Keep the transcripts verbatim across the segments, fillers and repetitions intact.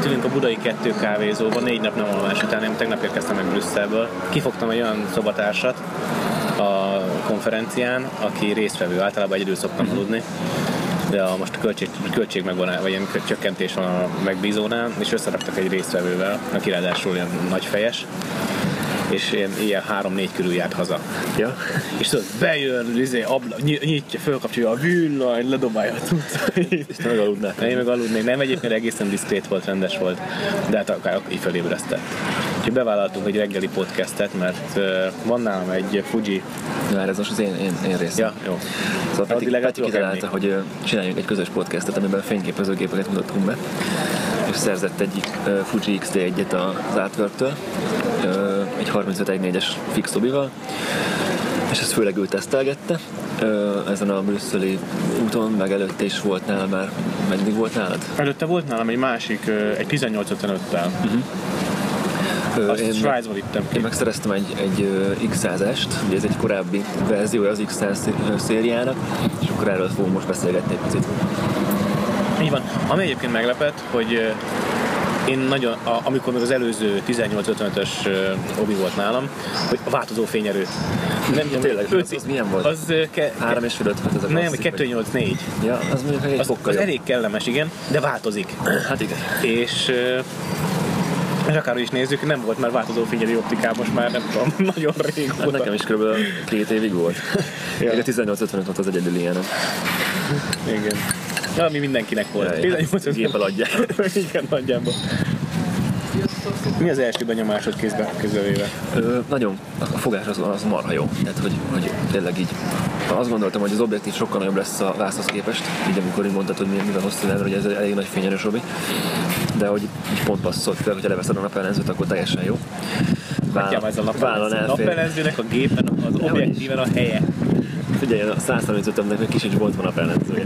itt ülünk a Budai kettő kávézóban, négy nap nem alvás után, én tegnap érkeztem meg Brüsszelből. Kifogtam egy olyan szobatársat a konferencián, aki résztvevő, általában egyedül szoktam aludni. De a most a költség, költség megvan, vagy ilyen csökkentés van a megbízónál, és összeraktak egy résztvevővel, aki ráadásul ilyen nagyfejes, és ilyen, ilyen három-négy körül járt haza. Ja. És tudod, bejön, izé, abla, nyitja, fölkapcsolja a villany, ledobálja a cuccait. És te meg aludnál. Én meg aludnék. Nem, egyébként egészen diszkrét volt, rendes volt, de hát akár így felébresztett. Úgyhogy bevállaltunk egy reggeli podcastet, mert uh, van nálam egy Fuji. Már ez most az én, én, én részem. Ja, jó. Szóval Peti, Peti kitalálta, hogy uh, csináljunk egy közös podcastet, amiben fényképezőgépeket mutattunk be. És szerzett egy uh, Fuji X T egyet az Artwork-től, uh, egy harmincöt egy négyes fix tobival, és ezt főleg ő tesztelgette. Uh, ezen a brüsszeli úton, meg előtte is volt nála már. Meddig volt nálad? Előtte volt nálam egy másik, uh, egy tizennyolc ötvenöttel. Uh-huh. Azt én Svájcban vittem ki. Én megszereztem egy, egy X százast, ugye ez egy korábbi verziója az X száz szériának, és akkor erről fogunk most beszélgetni egy picit. Így van. Ami egyébként meglepett, hogy én nagyon, a, amikor még az előző tizennyolc ötvenötös obi volt nálam, hogy a változó fényerő. Nem, ja, tényleg, öt, az, az milyen volt? Az ke, három és fél ötven, ez a nem, kettő nyolc négy. Ja, az mondjuk egy az, fokkal az elég kellemes, igen, de változik. Hát igen. És és akárhogy is nézzük, nem volt már változó fényerő optikában, most már nem tudom, nagyon régóta. Hát nekem is kb. két évig volt. Ja. A tizennyolc ötvenöt volt az egyedül ilyenem. Igen. Ja, ami mindenkinek volt. Ja, ja. Géppel adják. Igen, nagyjából. Mi az első benyomásod kézbe, kézbe véve? Ö, nagyon, a fogás az, az marha jó. Tehát, hogy, hogy tényleg így. Azt gondoltam, hogy az objektív sokkal nagyobb lesz a vászhoz képest, így amikor így mondtad, hogy mivel hosszú lenne, hogy ez egy elég nagy fényerős obi. De hogy így pont passzolt, például, hogyha leveszed a napellenzőt, akkor teljesen jó. Vállal, ez a napellenző. napellenzőnek a gépen, az ja, objektíven a helye. Figyelj, a száz harmincötömnek még kis is volt van a napellenzője.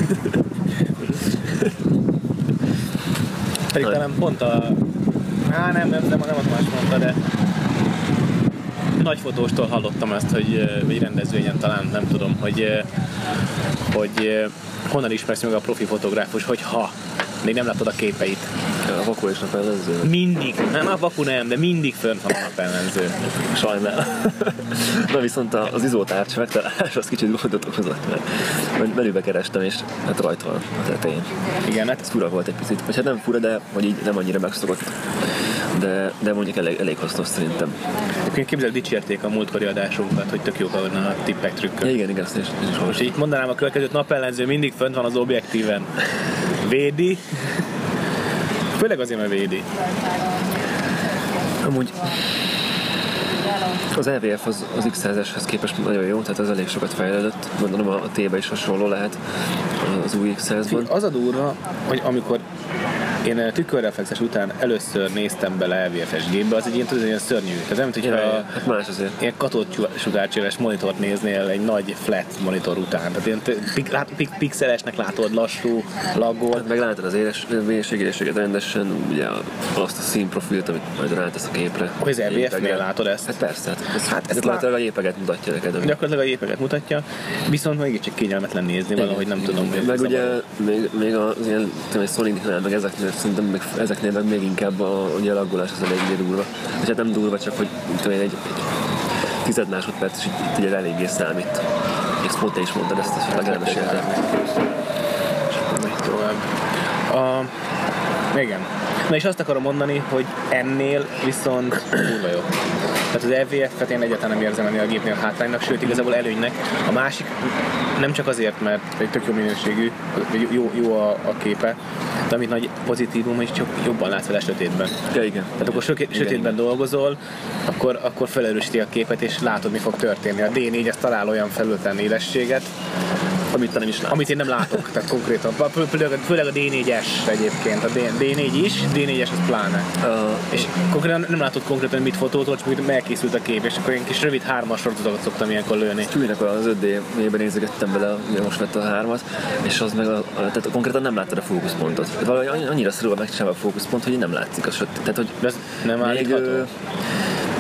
Pedig talán pont a... Á, nem, nem, nem, nem az más mondta, de nagy fotóstól hallottam ezt, hogy egy rendezvényen talán, nem tudom, hogy, hogy honnan ismersz meg a profi fotográfus, hogyha még nem láttad a képeit. A vaku és napellenző? Mindig, nem a vaku nem, de mindig fönt van a napellenző. Sajnál. Na viszont az izótárcs megtalálás az kicsit gondot okozott, mert menübe kerestem, és hát rajta van a tetején. Igen, hát ez fura volt egy picit. Vagy hát nem fura, de hogy így nem annyira megszokott. De, de mondjuk elég, elég hasznos szerintem. Egyébként képzeld, dicsérték a múltkori adásunkat, hogy tök jók a tippek, trükkök. Ja, igen, igen, ezt is, is most így mondanám a következőt, napellenző mindig fönt van az objektíven. Védi. Főleg azért, mert védi. Amúgy az E V F az, az X százashoz képest nagyon jó, tehát az elég sokat fejlődött. Gondolom a T-be is hasonló lehet az új X százban. Az a durva, hogy amikor én tükörreflexes után először néztem bele E V F-es gépbe, az egy ilyen, tudod, ilyen szörnyű. Tehát nem, hogyha ja, hát más azért. Ilyen katódsugárcséves monitort néznél egy nagy flat monitor után. Tehát ilyen pik, lát, pik, pixelesnek látod, lassú, laggol. Hát meg látod az érességérséget rendesen, ugye azt a színprofilt, amit majd rátesz a képre. Hogy az E V F-nél látod ezt? Hát persze, hát ez, hát ez gyakorlatilag lá... a jépeget mutatja neked. Ami... Gyakorlatilag a jépeget mutatja, viszont még csak kényelmetlen nézni valahogy, nem tudom. Meg ugye még, még az ilyen Sony-nál, meg ezeknél szerintem még, ezeknél meg még inkább a, ugye a laggolás az eléggé durva. És hát nem durva, csak hogy tudom, egy, egy tized másodperc, és itt ugye eléggé számít. És pont te is mondtad ezt, és legalábbis értem. És akkor megy tovább. A... Igen. Na és azt akarom mondani, hogy ennél viszont kurva jó. Tehát az E V F-et én egyáltalán nem érzem ennél a gépnél hátránynak, sőt igazából előnynek. A másik nem csak azért, mert egy tök jó minőségű, jó, jó a, a képe, de amit nagy pozitívum, hogy csak jobban látsz vele sötétben. Ja, igen. Tehát akkor sötét, igen, sötétben igen. dolgozol, akkor, akkor felerősíti a képet, és látod, mi fog történni. A D négy az talál olyan felületen élességet, amit te nem is látsz. Amit én nem látok, tehát konkrétan. Főleg a D négyes egyébként. A D négy is, D négyes az pláne. Uh, és konkrétan nem látod konkrétan, mit fotózol, csak hogy elkészült a kép, és akkor ilyen kis rövid hármas sorozatokat szoktam ilyenkor lőni. Tűnik az öt D-ben nézegettem vele, most vett a hármat, és az meg a, tehát konkrétan nem láttad a fókuszpontot. Valahogy annyira szorul megcsinálva a fókuszpont, hogy nem látszik a sötét. Tehát, hogy de ez nem állítható?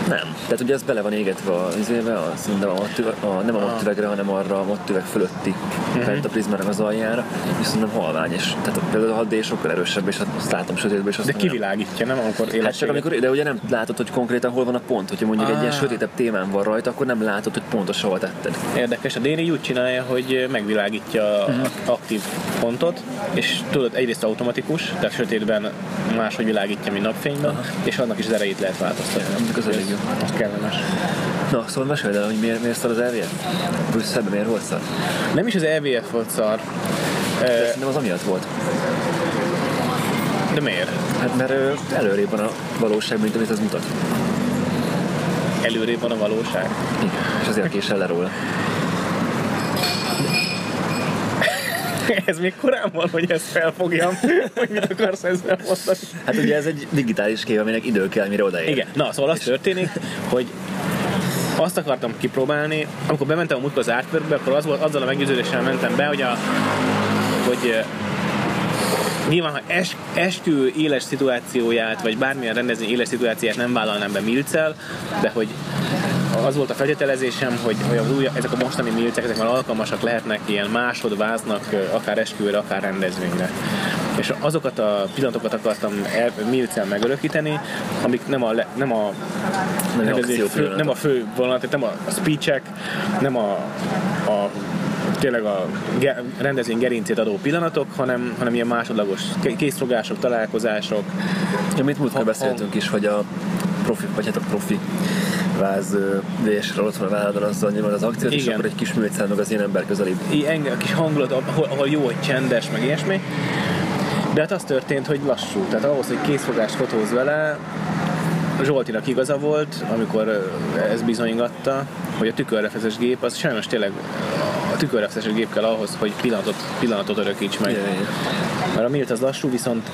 Nem. Tehát ugye ez bele van égetve a izébe, a, a, a, a, nem a mattüvegre, hanem arra a mattüveg fölötti uh-huh. fent a prizmának az aljára, viszont nem halvány, és tehát például a hat dé sokkal erősebb, és azt látom sötétben, és azt de kivilágítja, nem? Amikor élet. Hát csak amikor, de ugye nem látod, hogy konkrétan hol van a pont, hogyha mondjuk ah. egy ilyen sötétebb témán van rajta, akkor nem látod, hogy pontos hova tetted. Érdekes, a dé négy úgy csinálja, hogy megvilágítja uh-huh. aktív pontot, és tudod, egyrészt automatikus, tehát sötétben máshogy világítja, mint napfényben, uh-huh. és annak is az erejét lehet változtatni. Az elég jó. Az kellemes. Na, szóval meséld el, hogy miért, miért szar az é vé ef? Brüsszelben miért volt szar? Nem is az é vé ef volt szar. De szerintem az amiatt volt. De miért? Hát mert előrébb van a valóság, mint amit az mutat. Előrébb van a valóság? Igen, és azért késel le róla. Ez még korán van, hogy ezt felfogjam, hogy mit akarsz ezzel mondani. Hát ugye ez egy digitális kép, aminek idő kell, mire odaér. Igen, na szóval az történik, hogy azt akartam kipróbálni, amikor bementem a múltkor az Artworkbe, akkor az volt, azzal a meggyőződéssel mentem be, hogy, a, hogy nyilván, ha es, eskü éles szituációját, vagy bármilyen rendezvény éles szituációját nem vállalnám be milccel, de hogy az volt a feltételezésem, hogy, hogy az új, ezek a mostani milcek, ezek már alkalmasak lehetnek ilyen másodváznak, akár esküvőre, akár rendezvényre. És azokat a pillanatokat akartam el, milccel megörökíteni, amik nem a, le, nem a, nem fő, nem a fő vonat, nem a speechek, nem a, a tényleg a ge, rendezvény gerincét adó pillanatok, hanem, hanem ilyen másodlagos készfogások, találkozások. Amit múltkor beszéltünk is, hogy a profi, vagy hát a profi váz vésre ott van a vállal, azzal nyilván az akciót, igen. És akkor egy kis művéccel meg az én ember közelébb. Igen, a kis hangulat, ahol, ahol jó, hogy csendes, meg ilyesmi. De hát az történt, hogy lassú. Tehát ahhoz, hogy készfogást fotóz vele, Zsoltinak igaza volt, amikor ez bizonygatta, hogy a tükörreflexes gép, az sajnos tényleg a tükörreflexes gép kell ahhoz, hogy pillanatot, pillanatot örökíts meg. Igen, igen. Mert a miért az lassú, viszont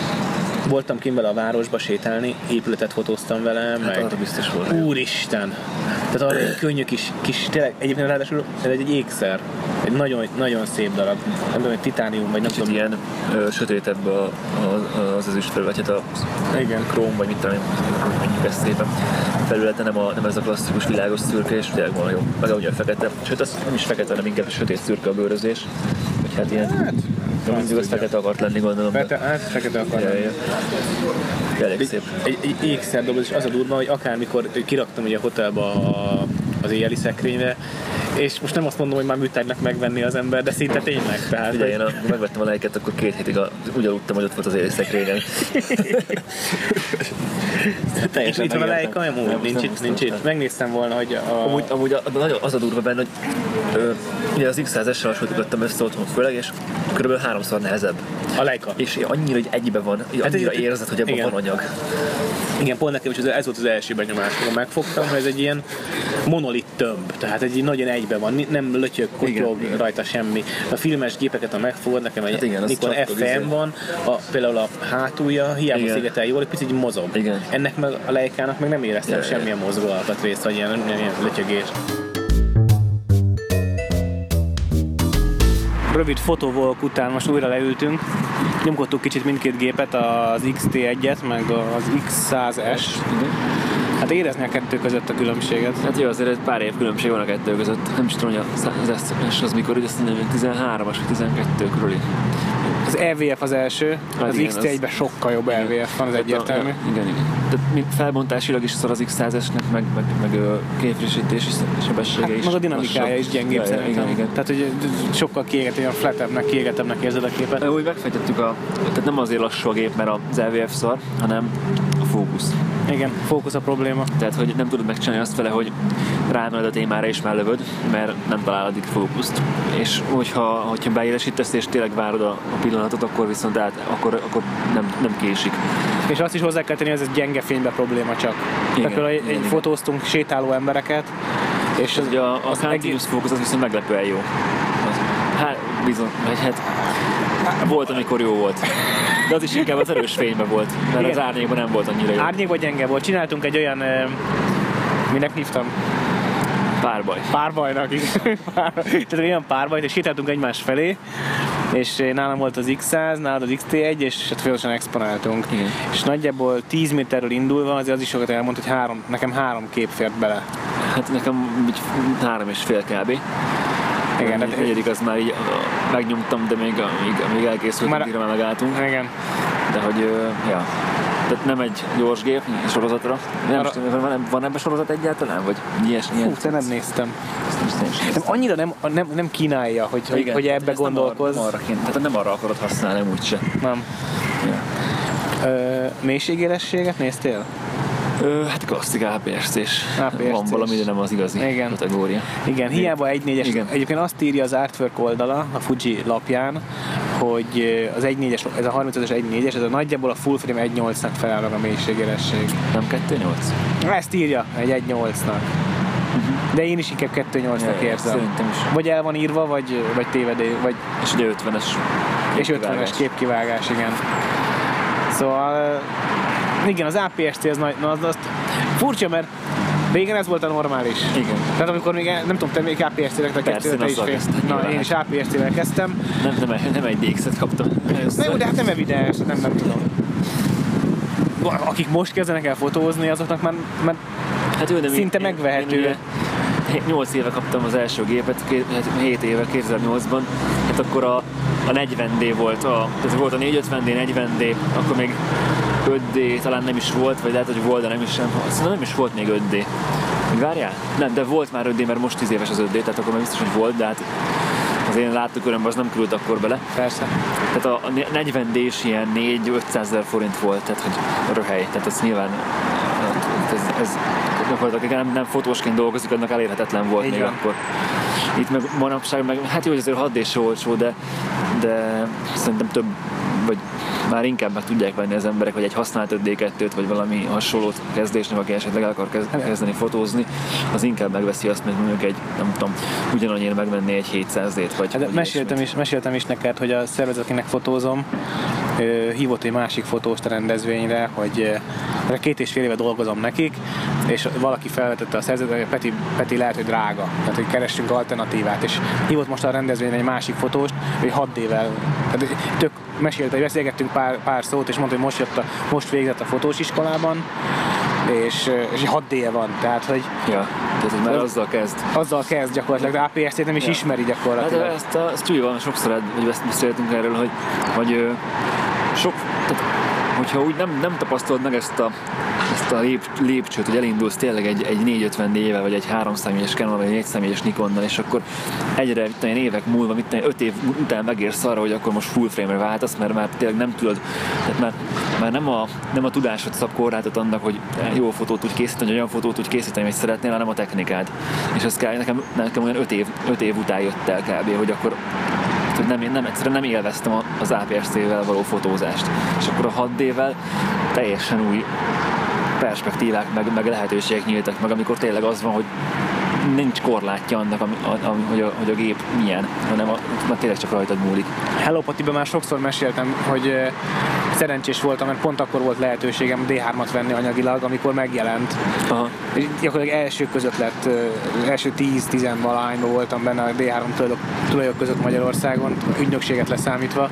voltam kint vele a városba sétálni, épületet fotóztam vele, hát meg arra biztos volt. Úristen! Tehát arra egy könnyű kis, kis tényleg, egyébként ráadásul ez egy ékszer. Egy nagyon, nagyon szép darab. Nem tudom, hogy titánium, vagy nem kicsit tudom. ilyen ö, sötétebb a, a, az ezüst felület, a króm, vagy mit tudom, mondjuk ezt szépen felülete, nem, a, nem ez a klasszikus világos szürke, és tényleg van jó. Meg ugye a fekete. Sőt, az nem is fekete, hanem inkább a sötét szürke a bőrözés. Vagy hát ilyen... Hát, de mindig az fekete akart lenni, gondolom. Fete, hát fekete akart lenni. Ja, ja. Elég szép. Egy, egy, egy ékszerdoboz, és az a durva, hogy akármikor kiraktam ugye a hotelba a, az éjjeli szekrényre, és most nem azt mondom, hogy már műtárgynak megvenni az ember, de szinte tényleg. Tehát, ugye én a, megvettem a Leica-t, akkor két hétig a, úgy aludtam, hogy ott volt az éjjeli szekrényen. Teljesen itt van a Leica, nem, nem, nincs, itt, nincs itt. Megnéztem volna, hogy a... Amúgy, amúgy a, a, az a durva benne, hogy ö, ugye az iksz százas-sal hasonlítottam össze otthon főleg, és körülbelül háromszor nehezebb. A Leica. És annyira, hogy egyben van, hát annyira egy, érzed, hogy ebben igen. Van anyag. Igen, pont nekem is ez volt az első benyomás, amikor megfogtam, hogy ez egy ilyen monolit tömb, tehát egy nagyon egyben van, nem lötyög, kotyog rajta semmi. A filmes gépeket, ha megfogod, nekem egy hát igen, Nikon ef em van, a, például a hátulja, hiába igen. Szigetel jól, egy picit mozog. Igen. Ennek meg a Leica-nak meg nem éreztem ja, semmilyen ja. mozgó alkatrészt, vagy ilyen, ilyen lötyögés. Rövid fotóvolk után most újra leültünk, nyomkodtuk kicsit mindkét gépet, az iksz té egyet, meg az iksz száz es. Hát érezni a kettő között a különbséget. Hát jó, azért egy pár év különbség van a kettő között. Nem is tudom, hogy az es az mikor, hogy azt mondom, hogy tizenhármas vagy tizenkettő körüli. Az é vé ef az első, hát az iksz té egyben sokkal jobb é vé ef van, az egyértelmű. Igen, igen. Tehát felbontásilag is szar az iksz száz esnek, meg, meg, meg képfrissítési sebessége hát is. Meg a dinamikája is gyengébb szerintem. Igen, igen. Tehát, hogy sokkal kiégető, olyan flattebbnek, kiégetebbnek érzed a képet. Úgy megfejtettük, a, tehát nem azért lassú a gép, mert az é vé ef szar, hanem a fókusz. Igen, fókusz a probléma. Tehát, hogy nem tudod megcsinálni azt vele, hogy ráemeled a témára és már lövöd, mert nem talál addig fókuszt. És hogyha, hogyha beélesítesz és tényleg várod a, a pillanatot, akkor viszont át, akkor, akkor nem, nem késik. És azt is hozzá kell tenni, hogy ez egy gyenge fénybe probléma csak. Igen, Tehát például igen, egy fotóztunk sétáló embereket, és az, a, a continuous fókusz az viszont meglepően jó. Az, hát bizony, vagy hát volt, amikor jó volt. De az is inkább az erős fényben volt, mert igen. Az árnyékban nem volt annyira jó. Árnyékban gyenge volt. Csináltunk egy olyan, minek hívtam? Párbaj. Párbajnak is. Tehát olyan párbajt, és sétáltunk egymás felé, és nálam volt az X száz, nálad az X T egy, és hát folyamatosan exponáltunk. Igen. És nagyjából tíz méterről indulva azért az is sokat elmond, hogy három, nekem három kép fért bele. Hát nekem így három és fél kb. Igen, a negyedik az már így megnyomtam, de még, még, még elkészült, már, mire már megálltunk. Igen. De hogy, ja, tehát nem egy gyors gép sorozatra. Nem, Arra... van, van ebben sorozat egyáltalán? Vagy ilyes, Hú, te nem néztem. Nem, annyira nem, nem, nem kínálja, hogy, igen, hogy ebbe gondolkozz. Nem arra, tehát nem arra akarod használni, úgyse. Nem. Ja. Ö, mélységélességet néztél? Ö, hát klasszik á pé es cés. Van valami, de nem az igazi igen. kategória. Igen, hiába egy négyes. Igen. Egyébként azt írja az Artwork oldala, a Fuji lapján, hogy az egy négyes, ez a harmincötös egy négyes, ez a nagyjából a full frame egy nyolcnak felel meg a mélységélesség. Nem kettő nyolc? Ezt írja, egy egy nyolcnak. Uh-huh. De én is inkább kettő nyolcnak érzem. Szerintem is. Vagy el van írva, vagy, vagy tévedé, vagy... És ugye ötvenes És ötvenes képkivágás, igen. Szóval... Igen, az á pé es cé az nagy, na az azt furcsa, mert régen ez volt a normális. Igen. Tehát amikor még, nem tudom, te még á pé es cé-nek a kettő, te is fél. Na, én is á pé es cé-vel kezdtem. Nem, nem, nem egy dé iksz-et kaptam. Na jó, de hát nem evidens, nem, nem tudom. Akik most kezdenek el fotózni, azoknak már, már hát jó, szinte én, megvehető. Én, én nyolc éve kaptam az első gépet, hét éve, kétezer-nyolcban, hát akkor a, a negyven dé volt, a, tehát volt a négyszázötven dé, negyven dé, akkor még öt dé talán nem is volt, vagy lehet, hogy volt, de nem is sem. Szóval nem is volt még öt dé. Várjál? Nem, de volt már öt dé, mert most tíz éves az öt dé, tehát akkor már biztos, hogy volt, de hát az én látókörömben az nem került akkor bele. Persze. Tehát a, a negyven dés ilyen négy-ötszázezer forint volt, tehát hogy röhely. Tehát ez nyilván ez, ez gyakorlatilag nem, nem fotósként dolgozik, annak elérhetetlen volt. Így még van. Akkor. Itt meg manapság, meg, hát jó, hogy azért hat dés olcsó, de, de szerintem több, vagy már inkább meg tudják venni az emberek, vagy egy használt öt dé kettőt, vagy valami hasonlót kezdésnek, aki esetleg el akar kezdeni fotózni, az inkább megveszi azt, mint mondjuk egy, nem tudom, ugyanannyira megvenni egy hétszáz dét, vagy... Hát, vagy meséltem, is, meséltem is neked, hogy a szervezet, akinek fotózom, hívott egy másik fotóst a rendezvényre, hogy két és fél éve dolgozom nekik, és valaki felvetette a szervezetet, hogy Peti, Peti lehet, hogy drága, tehát hogy keressünk alternatívát, és hívott most a rendezvényre egy másik fotóst, hogy hat dé-vel, tehát tök mesélte, hogy beszélgettünk pár, pár szót, és mondta, hogy most, jött a, most végzett a fotós iskolában, és, és hat dé-je van, tehát hogy... Ja, tehát már azzal kezd. Azzal kezd gyakorlatilag, de á pé es cé-t nem is ja. ismeri gyakorlatilag. Hát ezt, a, ezt úgy van, sokszor hogy beszéltünk erről, hogy, hogy sok, tehát, hogyha úgy nem, nem tapasztalod meg ezt a, ezt a lép, lépcsőt, hogy elindulsz tényleg egy, egy négyszázötven dé-vel, vagy egy háromszámjegyes Canon, vagy egy négyszámjegyes Nikonnal, és akkor egyre mit évek múlva, mit öt év után megérsz arra, hogy akkor most full frame-re váltasz, mert már tényleg nem tudod, tehát már, már nem, a, nem a tudásod szab korlátot annak, hogy jó fotót tudj készíteni, hogy olyan fotót tudj készíteni, amit szeretnél, hanem a technikád. És ez kell, nekem, nekem olyan öt év, öt év után jött el kb., hogy akkor nem, nem, egyszerűen nem élveztem az á pé es cé-vel való fotózást. És akkor a hat dé-vel teljesen új perspektívák, meg, meg lehetőségek nyíltak meg, amikor tényleg az van, hogy nincs korlátja annak, ami, ami, hogy, a, hogy a gép milyen, hanem a, mert tényleg csak rajtad múlik. Hello Patiben már sokszor meséltem, hogy szerencsés voltam, mert pont akkor volt lehetőségem dé hármat venni anyagilag, amikor megjelent. Aha. És gyakorlatilag első között lett, első tíz-tizenvalahányban voltam benne a dé három tulajok között Magyarországon, ügynökséget leszámítva,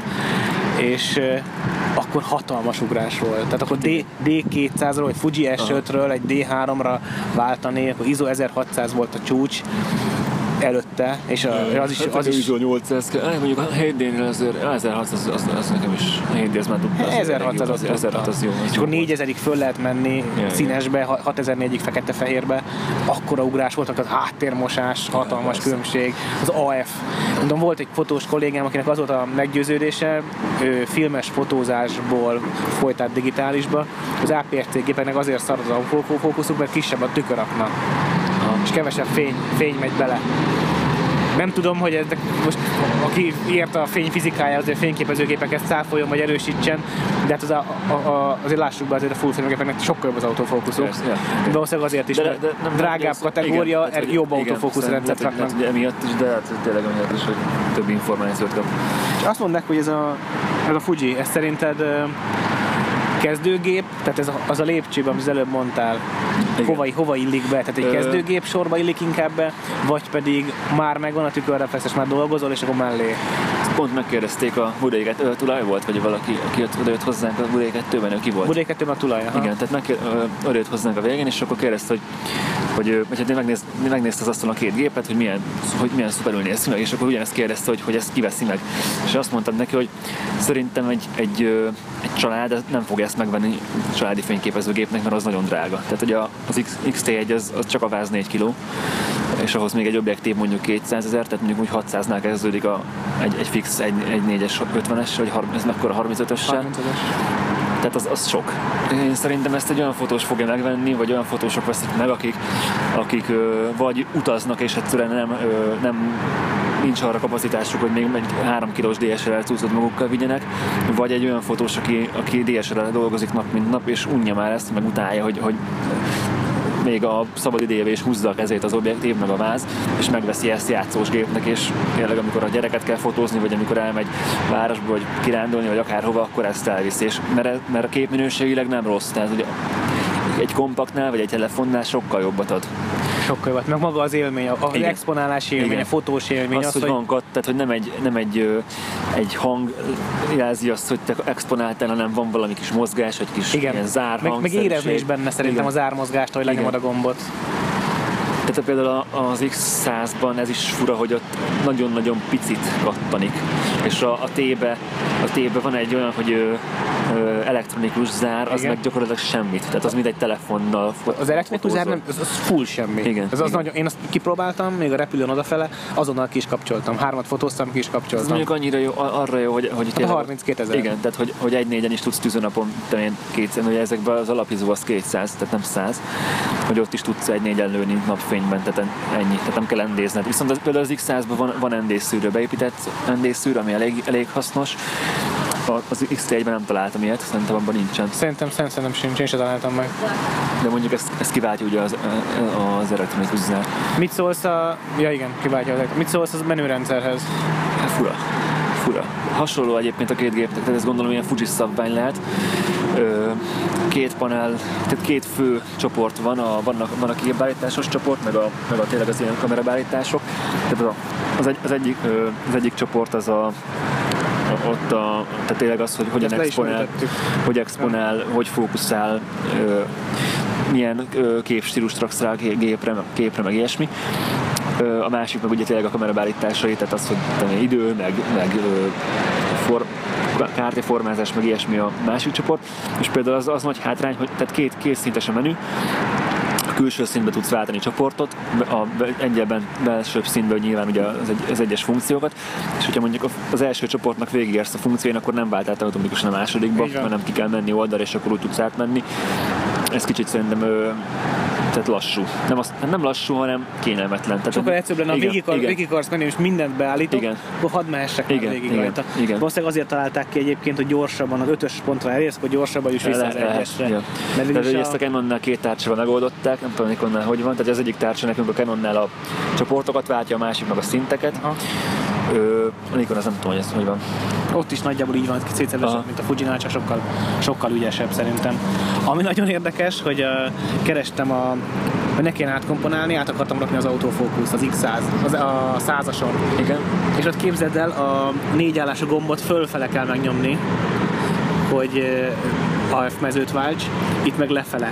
és akkor hatalmas ugrás volt. Tehát akkor dé kétszázról, vagy Fuji es ötről egy dé háromra váltani, akkor ISO ezerhatszáz volt a csúcs előtte, és a, az is... Hát az is ISO nyolcszáz, mondjuk a hét dé-nél azért ezerhatszáz, az, az nekem is, a hét dé ez már tudta. ezerhatszáz az, ezerhatszáz az jó. És akkor négyezerig föl lehet menni ja, színesbe, hatezer-négyig fekete-fehérbe, akkora ugrás volt, az háttérmosás, hatalmas ja, különbség, az á ef. Mondom, volt egy fotós kollégám, akinek az volt a meggyőződése, ő filmes fotózásból folyt át digitálisba, az á pé es cé gépeknek azért szar az autofókuszuk, mert kisebb a tükörakna. És kevesebb fény, fény megy bele. Nem tudom, hogy ez most aki ért a fény fizikája, azért fényképezőgépeket száfoljon vagy erősítsen, de hát az a, a, a, azért lássuk be, azért a full frame-gépeknek sokkal jobb az autofókuszuk. Yes, yeah. Valószínűleg azért is, de, de, de drágább nem, kategória, igen, jobb autofókusz rendszert raknak. Lehet, emiatt is, de hát tényleg emiatt is, hogy több információt kap. És azt mondták, hogy ez a, ez a Fuji, ez szerinted kezdőgép, tehát ez a, az a lépcsőben, amit az előbb mondtál, hova, hova illik be? Tehát egy Ö... kezdőgép sorba illik inkább be, vagy pedig már megvan a tükörreflexes, már dolgozol, és akkor mellé? pont megkérdezték a Budai kettő, tulaj volt, vagy valaki, aki oda jött hozzánk a Budai kettőben, ő ki volt? Budai kettőben a tulaj, aha. Igen, tehát megkér, oda jött hozzánk a végén, és akkor kérdezte, hogy hogy, hogy megnéz, megnézte az asztalon a két gépet, hogy milyen, hogy milyen szuperül néz ki meg, és akkor ugyanezt kérdezte, hogy, hogy ezt kiveszi meg. És azt mondtam neki, hogy szerintem egy, egy, egy család nem fogja ezt megvenni családi fényképezőgépnek, mert az nagyon drága. Tehát hogy az iksz té egy az, az csak a váz négy kiló, és ahhoz még egy objektív mondjuk kétszázezer, tehát mondjuk úgy hatszáznál kezdődik a, egy, egy fix, egy, egy négyes, ötvenes, vagy ez mekkora harmincötössel. Tehát az, az sok. Én szerintem ezt egy olyan fotós fogja megvenni, vagy olyan fotósok veszik meg, akik, akik ö, vagy utaznak, és egyszerűen nem, ö, nem nincs arra kapacitásuk, hogy még egy három kilós dé es el er cuccot magukkal vigyenek, vagy egy olyan fotós, aki, aki dé es el er dolgozik nap mint nap, és unja már ezt, meg utálja, hogy, hogy még a szabad idejébe is húzza a kezét az objektív, meg a váz, és megveszi ezt játszós gépnek, és tényleg amikor a gyereket kell fotózni, vagy amikor elmegy városba, vagy kirándulni, vagy akárhova, akkor ezt elviszi, és mert, mert a képminőségileg nem rossz, tehát ugye egy kompaktnál, vagy egy telefonnál sokkal jobbat ad. Sokkal jobbat, meg maga az élmény, az igen. exponálási élmény, igen. a fotós élmény. Az, az hogy, hogy van kat, tehát hogy nem egy, nem egy, egy hang jelzi azt, hogy te exponáltál, hanem van valami kis mozgás, egy kis igen. ilyen zárhang. Meg, meg érezni is benne szerintem igen. a zármozgást, hogy lenyomod a gombot. Tehát például az iksz százban ez is fura, hogy ott nagyon-nagyon picit kattanik. És a, a T-be, a T-be van egy olyan, hogy ö, ö, elektronikus zár, az igen. meg gyakorlatilag semmit. Tehát az mint egy telefonnal fot- Az elektronikus zár nem, az, az full semmi. Igen, ez az igen. Nagyon, én azt kipróbáltam, még a repülőn odafele, azonnal ki is kapcsoltam. Hármat fotóztam, ki is kapcsoltam. Ez mondjuk annyira jó, arra jó, hogy, hogy tényleg, harminckétezer. Igen, tehát hogy, hogy egy négyen is tudsz tűzőnapon kétszáz, ugye ezekben az alapizó az kétszáz, tehát nem száz, hogy ott is tudsz egy négyen lőni napfényben, tehát ennyi, tehát nem kell endézned. Viszont az, például az iksz százban van, van endészszűrő, beépített endészszűrő, ami elég, elég hasznos. Az iksz té egyben nem találtam ilyet, szerintem abban nincsen. Szerintem, szerintem sincs, én sem találtam meg. De mondjuk ezt, ezt kiváltja ugye az, az elektronikus zár. Mit szólsz a... Ja igen, kiváltja az Mit szólsz az menürendszerhez? Hát fura. Fura. Hasonló egyébként a két gépnek, tehát ezt gondolom ilyen Fuji szabvány lehet. Két panel, tehát két fő csoport van, a, vannak, van a képbeállításos csoport, meg a, meg a tényleg az ilyen kamerabeállítások. Tehát az, egy, az, egyik, az egyik csoport az a ott a, tehát tényleg az, hogy hogyan exponál, hogy exponál, hogy fókuszál, ö, milyen ö, képstílust raksz rá a gépre, képre, meg ilyesmi. Ö, a másik meg ugye tényleg a kamerabeállításai, tehát az, hogy tenni idő, meg, meg ö, for, kártyaformázás, meg ilyesmi a másik csoport. És például az, az nagy hátrány, hogy tehát két, két szintes a menü, külső szintbe tudsz váltani csoportot, a egyelben belsőbb szintben nyilván ugye az, egy, az egyes funkciókat, és hogyha mondjuk az első csoportnak végigérsz a funkcióin, akkor nem váltál automatikusan a másodikba, hanem ki kell menni oldalra, és akkor úgy tudsz átmenni. Ez kicsit szerintem ö, tehát lassú. Nem, az, nem lassú, hanem kényelmetlen. Tehát sokkal egyszerűbb lenne, ha végig, végig akarsz menni, és mindent beállítok, igen. akkor hadd mehessek már végig igen. rajta. Valószínűleg azért találták ki egyébként, hogy gyorsabban az ötös pontra elérsz, hogy gyorsabban is vissza az egyesre. Ja. Tehát a... ezt a Canonnál két tárcsával megoldották, nem tudom, Nikonnál hogy van, tehát az egyik tárcsa nekünk a Canonnál a csoportokat váltja, a másik meg a szinteket. Aha. Ö, a Nikon az nem tudom, hogy ez hogy van. Ott is nagyjából így van, szétszervezett, mint a Fujinál, csak sokkal, sokkal ügyesebb szerintem. Ami nagyon érdekes, hogy uh, kerestem a hogy ne kéne átkomponálni, át akartam rakni az autofókuszt, az iksz száz, az, a százason. Igen. És ott képzeld el, a négy állású gombot fölfele kell megnyomni, hogy uh, á ef mezőt válts, itt meg lefele.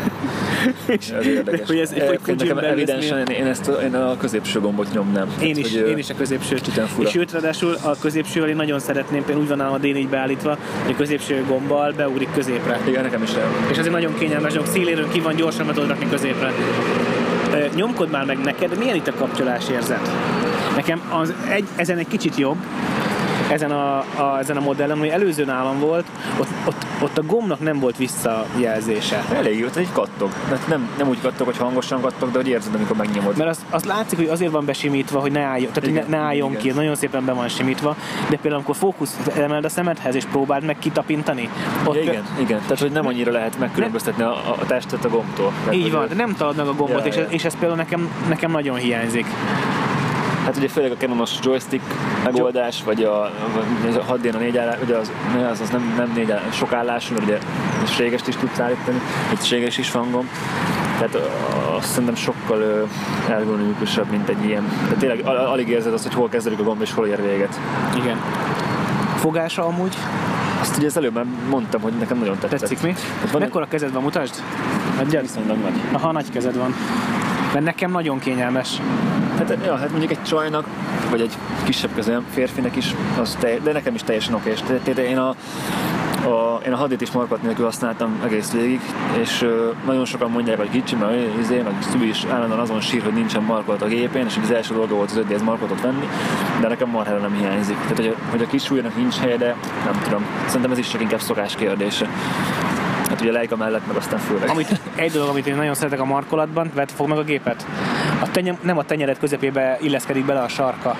Ez érdekes. Hogy ez, hogy nekem evidensen én, ezt a, én a középső gombot nyomnám. Én, hát, is, hogy, én is a középsőt. És sőt, ráadásul a középsővel én nagyon szeretném, például úgy van nálam a dé négy beállítva, hogy a középső gombbal beugrik középre. Igen, nekem is el. És azért nagyon kényelmes, hogy széléről ki van, gyorsan be tudod rakni középre. Nyomkod már meg neked, de milyen itt a kapcsolás érzet? Nekem az egy, ezen egy kicsit jobb, ezen a, a, ezen a modellen, ami előző nálam volt, ott, ott, ott a gombnak nem volt visszajelzése. Elég jó, hogy kattog. Nem, nem úgy kattog, hogy hangosan kattog, de hogy érzed, amikor megnyomod. Mert az, az látszik, hogy azért van besimítva, hogy ne álljon, tehát igen, ne, ne álljon igen. ki, nagyon szépen be van simítva, de például amikor fókusz emeld a szemedhez és próbáld meg kitapintani. Ott ja, igen, k- igen, tehát hogy nem annyira lehet megkülönböztetni a, a testet a gombtól. Tehát, így van, de nem talad meg a gombot, ja, és, ja. és ez például nekem, nekem nagyon hiányzik. Hát ugye főleg a Canonos joystick megoldás, vagy a, a hat dén a négy állás, ugye az, az, az nem, nem négy állás, sok állású, mert ugye ségest is tudsz állítani, egy séges is van gomb. Tehát azt szerintem sokkal ergonomikusabb, mint egy ilyen. Tehát tényleg alig érzed azt, hogy hol kezdődik a gomb és hol ér véget. Igen. Fogása amúgy? Azt ugye az előbb már mondtam, hogy nekem nagyon tetszett. Tetszik mi? Mekkora egy... kezed van, mutasd? Nagyjából viszonylag nagy. Aha, nagy kezed van. Mert nekem nagyon kényelmes. Hát, ja, hát mondjuk egy csajnak, vagy egy kisebb kezem férfinek is, az telj, de nekem is teljesen okés. Tehát én a, a, én a hadit is markot nélkül használtam egész végig, és uh, nagyon sokan mondják, hogy kicsi, mert izé, meg Szübi is állandóan azon sír, hogy nincsen markot a gépén, és az első dolga volt az öt dé es markotot venni, de nekem marhára nem hiányzik. Tehát, hogy a, hogy a kis súlynak nincs helye, de nem tudom. Szerintem ez is csak inkább szokás kérdése. Hát ugye Leica mellett, meg aztán főleg. Amit, egy dolog, amit én nagyon szeretek a markolatban, vedd fog meg a gépet. A tenyem, nem a tenyered közepébe illeszkedik bele a sarka.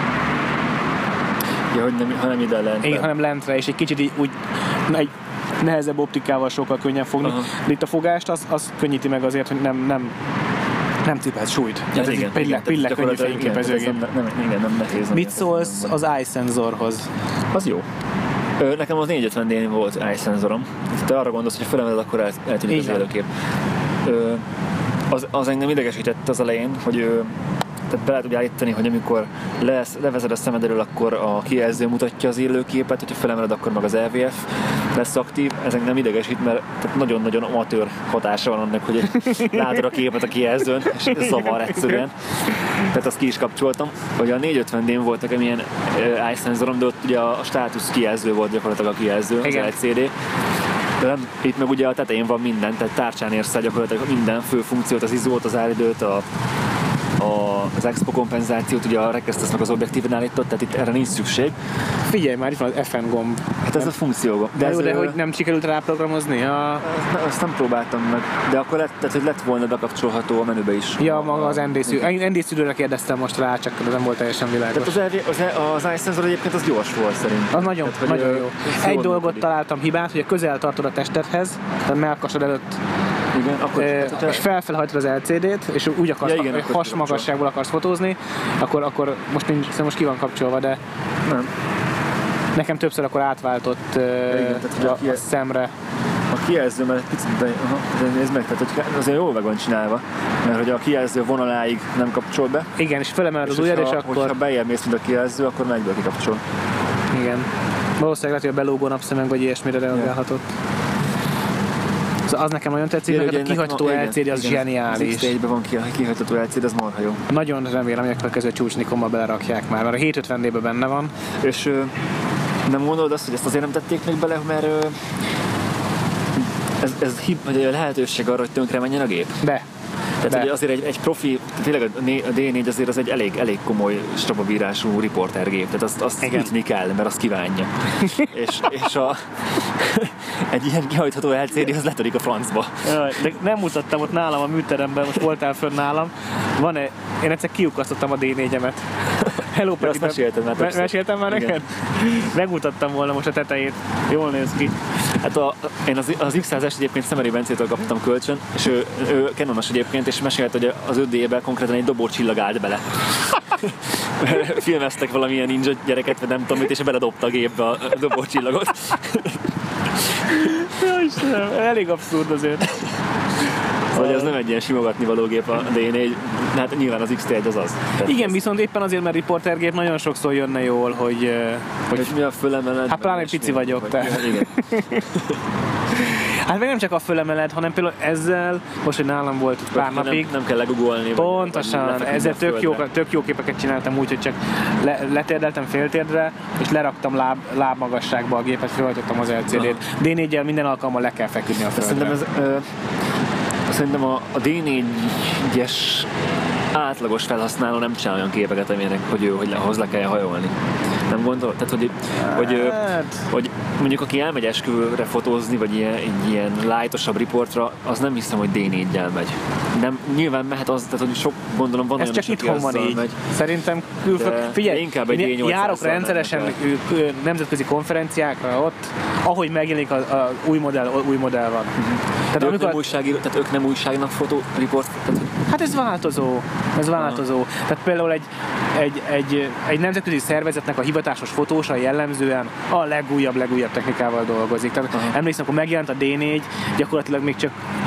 Ja, hogy nem, hanem ide lentre. Igen, hanem lentre, és egy kicsit így úgy egy nehezebb optikával sokkal könnyebb fogni. Uh-huh. De itt a fogást az, az könnyíti meg azért, hogy nem, nem, nem cipelt súlyt. Ja, ez igen, egy pille, pille könnyű fényképezőgép. Nem, nem, igen, nem nehéz. Mit szólsz az eye szenzorhoz? Az jó. Ö, nekem az négyszázötven dén volt eye szenzorom. Te arra gondolsz, hogy felemeled, akkor el, eltűnik az élőkép. Ö, az, az engem idegesített az elején, hogy ö, tehát be lehet úgy állítani, hogy amikor lesz, levezed a szemed elől, akkor a kijelző mutatja az élőképet, hogyha felemeled, akkor meg az E V F lesz aktív. Ez engem idegesít, mert nagyon-nagyon amatőr hatása van annak, hogy látod a képet a kijelzőn, és zavar egyszerűen. Tehát azt ki is kapcsoltam. Hogy a négyszázötven dén volt nekem ilyen eye szenzorom, de ott ugye a státusz kijelző volt gyakorlatilag a kijelző, az el cé dé. De nem, itt meg ugye a tetején van minden, tehát tárcsán érsz el gyakorlatilag minden fő funkciót, az izót, az áridőt, a A, az expo kompenzációt, ugye a rekesztesz meg az objektíven állított, tehát itt erre nincs szükség. Figyelj már, itt van az F N gomb. Hát ez a funkciógomb. De, de, jó, de hogy nem sikerült ráprogramozni? A... Ezt, ezt nem próbáltam meg, de akkor lett, tehát, hogy lett volna bekapcsolható a menübe is. Ja, maga az N D szűrőre kérdeztem most rá, csak ez nem volt teljesen világos. Tehát az, az, az eye sensor egyébként az gyors volt szerintem. Az nagyon, tehát, nagyon jó. Egy dolgot működik. Találtam hibát, hogy a közel tartod a testedhez, tehát melkasod előtt. Igen, akkor, e, hát, és felfelhajtod az el cé dét, és úgy akarsz, ja, igen, has magasságból akarsz fotózni, akkor, akkor most, nincs, most ki van kapcsolva, de nem. Nekem többször akkor átváltott ja, igen, a, a, a szemre. A kijelző, mert picit, de, aha, de nézd meg, tehát hogy azért jól meg van csinálva, mert hogy a kijelző vonaláig nem kapcsol be. Igen, és felemeled az ujjad, és akkor... Hogyha bejjebb mész, mint a kijelző, akkor már egyből kikapcsol. Igen. Valószínűleg lehet, hogy a belógó napszemeg vagy ilyesmire reagálhatott. Az nekem nagyon tetszik, mert a kihagyható el cé dé az igen, zseniális. Az X T egyben van kihagyható el cé dé, az marha jó. Nagyon remélem, hogy a következő csúcsnikomba belerakják már, mert a hétszázötven dében benne van. És ö, nem gondolod azt, hogy ezt azért nem tették még bele, mert ö, ez, ez hib, vagy lehetőség arra, hogy tönkre menjen a gép? De. Tehát hogy azért egy, egy profi, tényleg a dé négy azért az egy elég, elég komoly strapabírású riportergép, tehát azt, azt ütni kell, mert azt kívánja. és, és a, egy ilyen kihajtható el cé dé az letörik a francba. Jaj, de nem mutattam ott nálam a műteremben, most voltál fönn nálam. Van -e, én egyszer kiukasztottam a dé négyemet. Hello, Peti, meséltem már többször. Meséltem már neked? Megmutattam volna most a tetejét. Jól néz ki. Hát a, én az, az X százast egyébként Szemeri Bencétől kaptam kölcsön, és ő, ő Canonos egyébként, és mesélt, hogy az öt dé-be konkrétan egy dobócsillag állt bele. Filmeztek valamilyen ninja gyereket, vagy nem tudom mit, és beledobta a gépbe a dobócsillagot. Jó Istenem, elég abszurd azért. Szóval ez nem egy ilyen simogatni való gép a dé négy, hát nyilván az X T egy az az. Tehát igen, ez... viszont éppen azért, mert riportergép nagyon sokszor jönne jól, hogy... hogy, hogy mi a fölemeled? Hát pláne pici vagyok, te. Igen. Hát meg nem csak a fölemeled, hanem például ezzel, most, hogy nálam volt pár nem, napig. Nem kell legugolni. Pontosan, vagy ezzel tök jó, tök jó képeket csináltam úgy, hogy csak le, letérdeltem féltérdre, és leraktam láb, lábmagasságba a gépet, felhajtottam az el cé dét. dé néggyel minden alkalommal le kell feküdni a földre. Szerintem ez... Ö, Szerintem a, a dé négyes átlagos felhasználó nem csinál olyan képeket, amilyenek, hogy ő, hogy ahhoz le kell hajolni. Nem gondolod? Tehát, hogy, hogy, hát. hogy mondjuk aki elmegy esküvőre fotózni, vagy ilyen, egy ilyen lightosabb riportra, az nem hiszem, hogy dé néggyel megy. Nem, nyilván mehet az, tehát hogy sok, gondolom van ez olyan, csak itthon van így. Megy. Szerintem külföld... Figyelj, inkább egy dé nyolcszáz járok rendszeresen nemzetközi konferenciákra ott, ahogy megjelenik az új modell, új modell van. Uh-huh. Tehát, amikor... nem újságíró, tehát ők nem újságnak fotó, riport? Tehát... Hát ez változó. Ez változó. Uh-huh. Tehát például egy, egy, egy, egy nemzetközi szervezetnek a hivatásos fotósa jellemzően a legújabb, legújabb technikával dolgozik. Tehát uh-huh. emlékszem, akkor megjelent a dé négy, gyakorlatilag még csak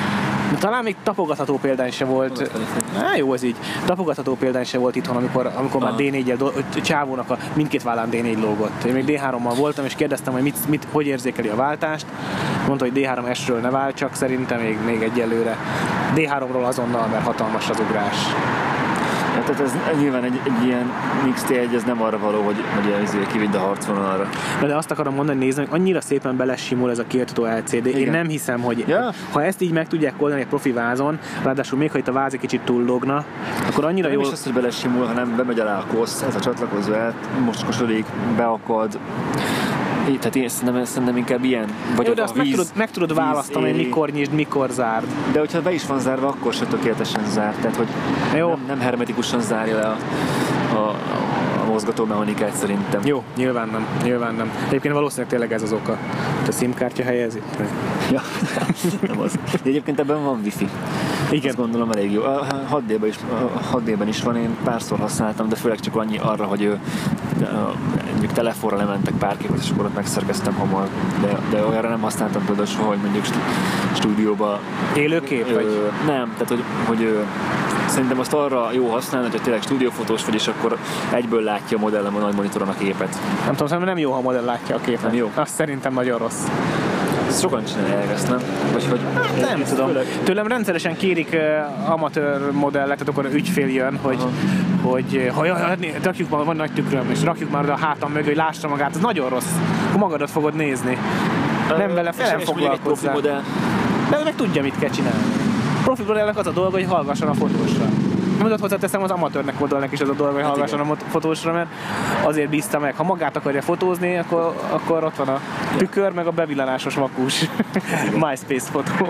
Talán még tapogatható példány se volt. Á, jó, ez így. Tapogatható példány se volt itthon, amikor, amikor már dé négyel do- csávónak a mindkét vállán dé négy lógott. Én még dé hárommal voltam, és kérdeztem, hogy mit, mit, hogy érzékeli a váltást. Mondta, hogy dé három S-ről ne vált, csak szerintem még, még egyelőre. dé háromról azonnal, mert hatalmas az ugrás. Ja, tehát ez nyilván egy, egy ilyen X T egy, ez nem arra való, hogy, hogy kividd a harcvonalra. De azt akarom mondani, nézni, hogy annyira szépen belesimul ez a kiirtató el cé dé. Igen. Én nem hiszem, hogy ja. ha ezt így meg tudják oldani egy profi vázon, ráadásul még ha itt a váz egy kicsit túllogna, akkor annyira jó. jól... Nem is az, hogy belesimul, hanem bemegy alá a kosz, ez a csatlakozó el, moskosodik, beakad. Tehát én szerintem, szerintem inkább ilyen. Vagy jó, de a azt víz, meg tudod, meg tudod választani, hogy mikor nyisd, mikor zárd. De hogyha be is van zárva, akkor se tökéletesen zárt. Tehát, hogy jó. Nem, nem hermetikusan zárja le a, a, a mozgatómechanikát szerintem. Jó, nyilván nem. Nyilván nem. Egyébként valószínűleg tényleg ez az oka. A SIM-kártya helyezi? Ja, nem az. De egyébként ebben van wifi. Igen. Azt gondolom elég jó. A hat dé-ben is, hat dé-ben is van, én párszor használtam, de főleg csak annyi arra, hogy mondjuk telefonra lementek pár képet, és akkor ott megszerkeztem hamar. De, de olyanra nem használtam például soha, hogy mondjuk stúdióba... Élőkép? Ö, vagy? Nem, tehát hogy, hogy ö, szerintem azt arra jó használni, hogyha tényleg stúdiófotós vagy, és akkor egyből látja a modellem a nagy monitoron a képet. Nem tudom, szerintem nem jó, ha a modell látja a képet. Nem jó? Azt szerintem nagyon rossz. Sokan csinálják ezt, nem? Vagy hogy... Nem tudom. Tőlem rendszeresen kérik uh, amatőr modellet, tehát akkor ügyfél jön, hogy, hogy ha jaj, rakjuk már, van nagy tükröm, és rakjuk már oda a hátam mögé, hogy lássa magát, ez nagyon rossz. Akkor magadat fogod nézni. Uh, nem vele fel foglalkozzál. De meg tudja, mit kell csinálni. Profi modellnek az a dolga, hogy hallgasson a fotósra. Nem tudod, hozzáteszem, az amatőrnek modellnek is az a dolga, hogy hallgasson a fotósra, mert azért bízta meg. Ha magát akarja fotózni, akkor, akkor ott van a tükör, meg a bevillanásos vakus MySpace fotó.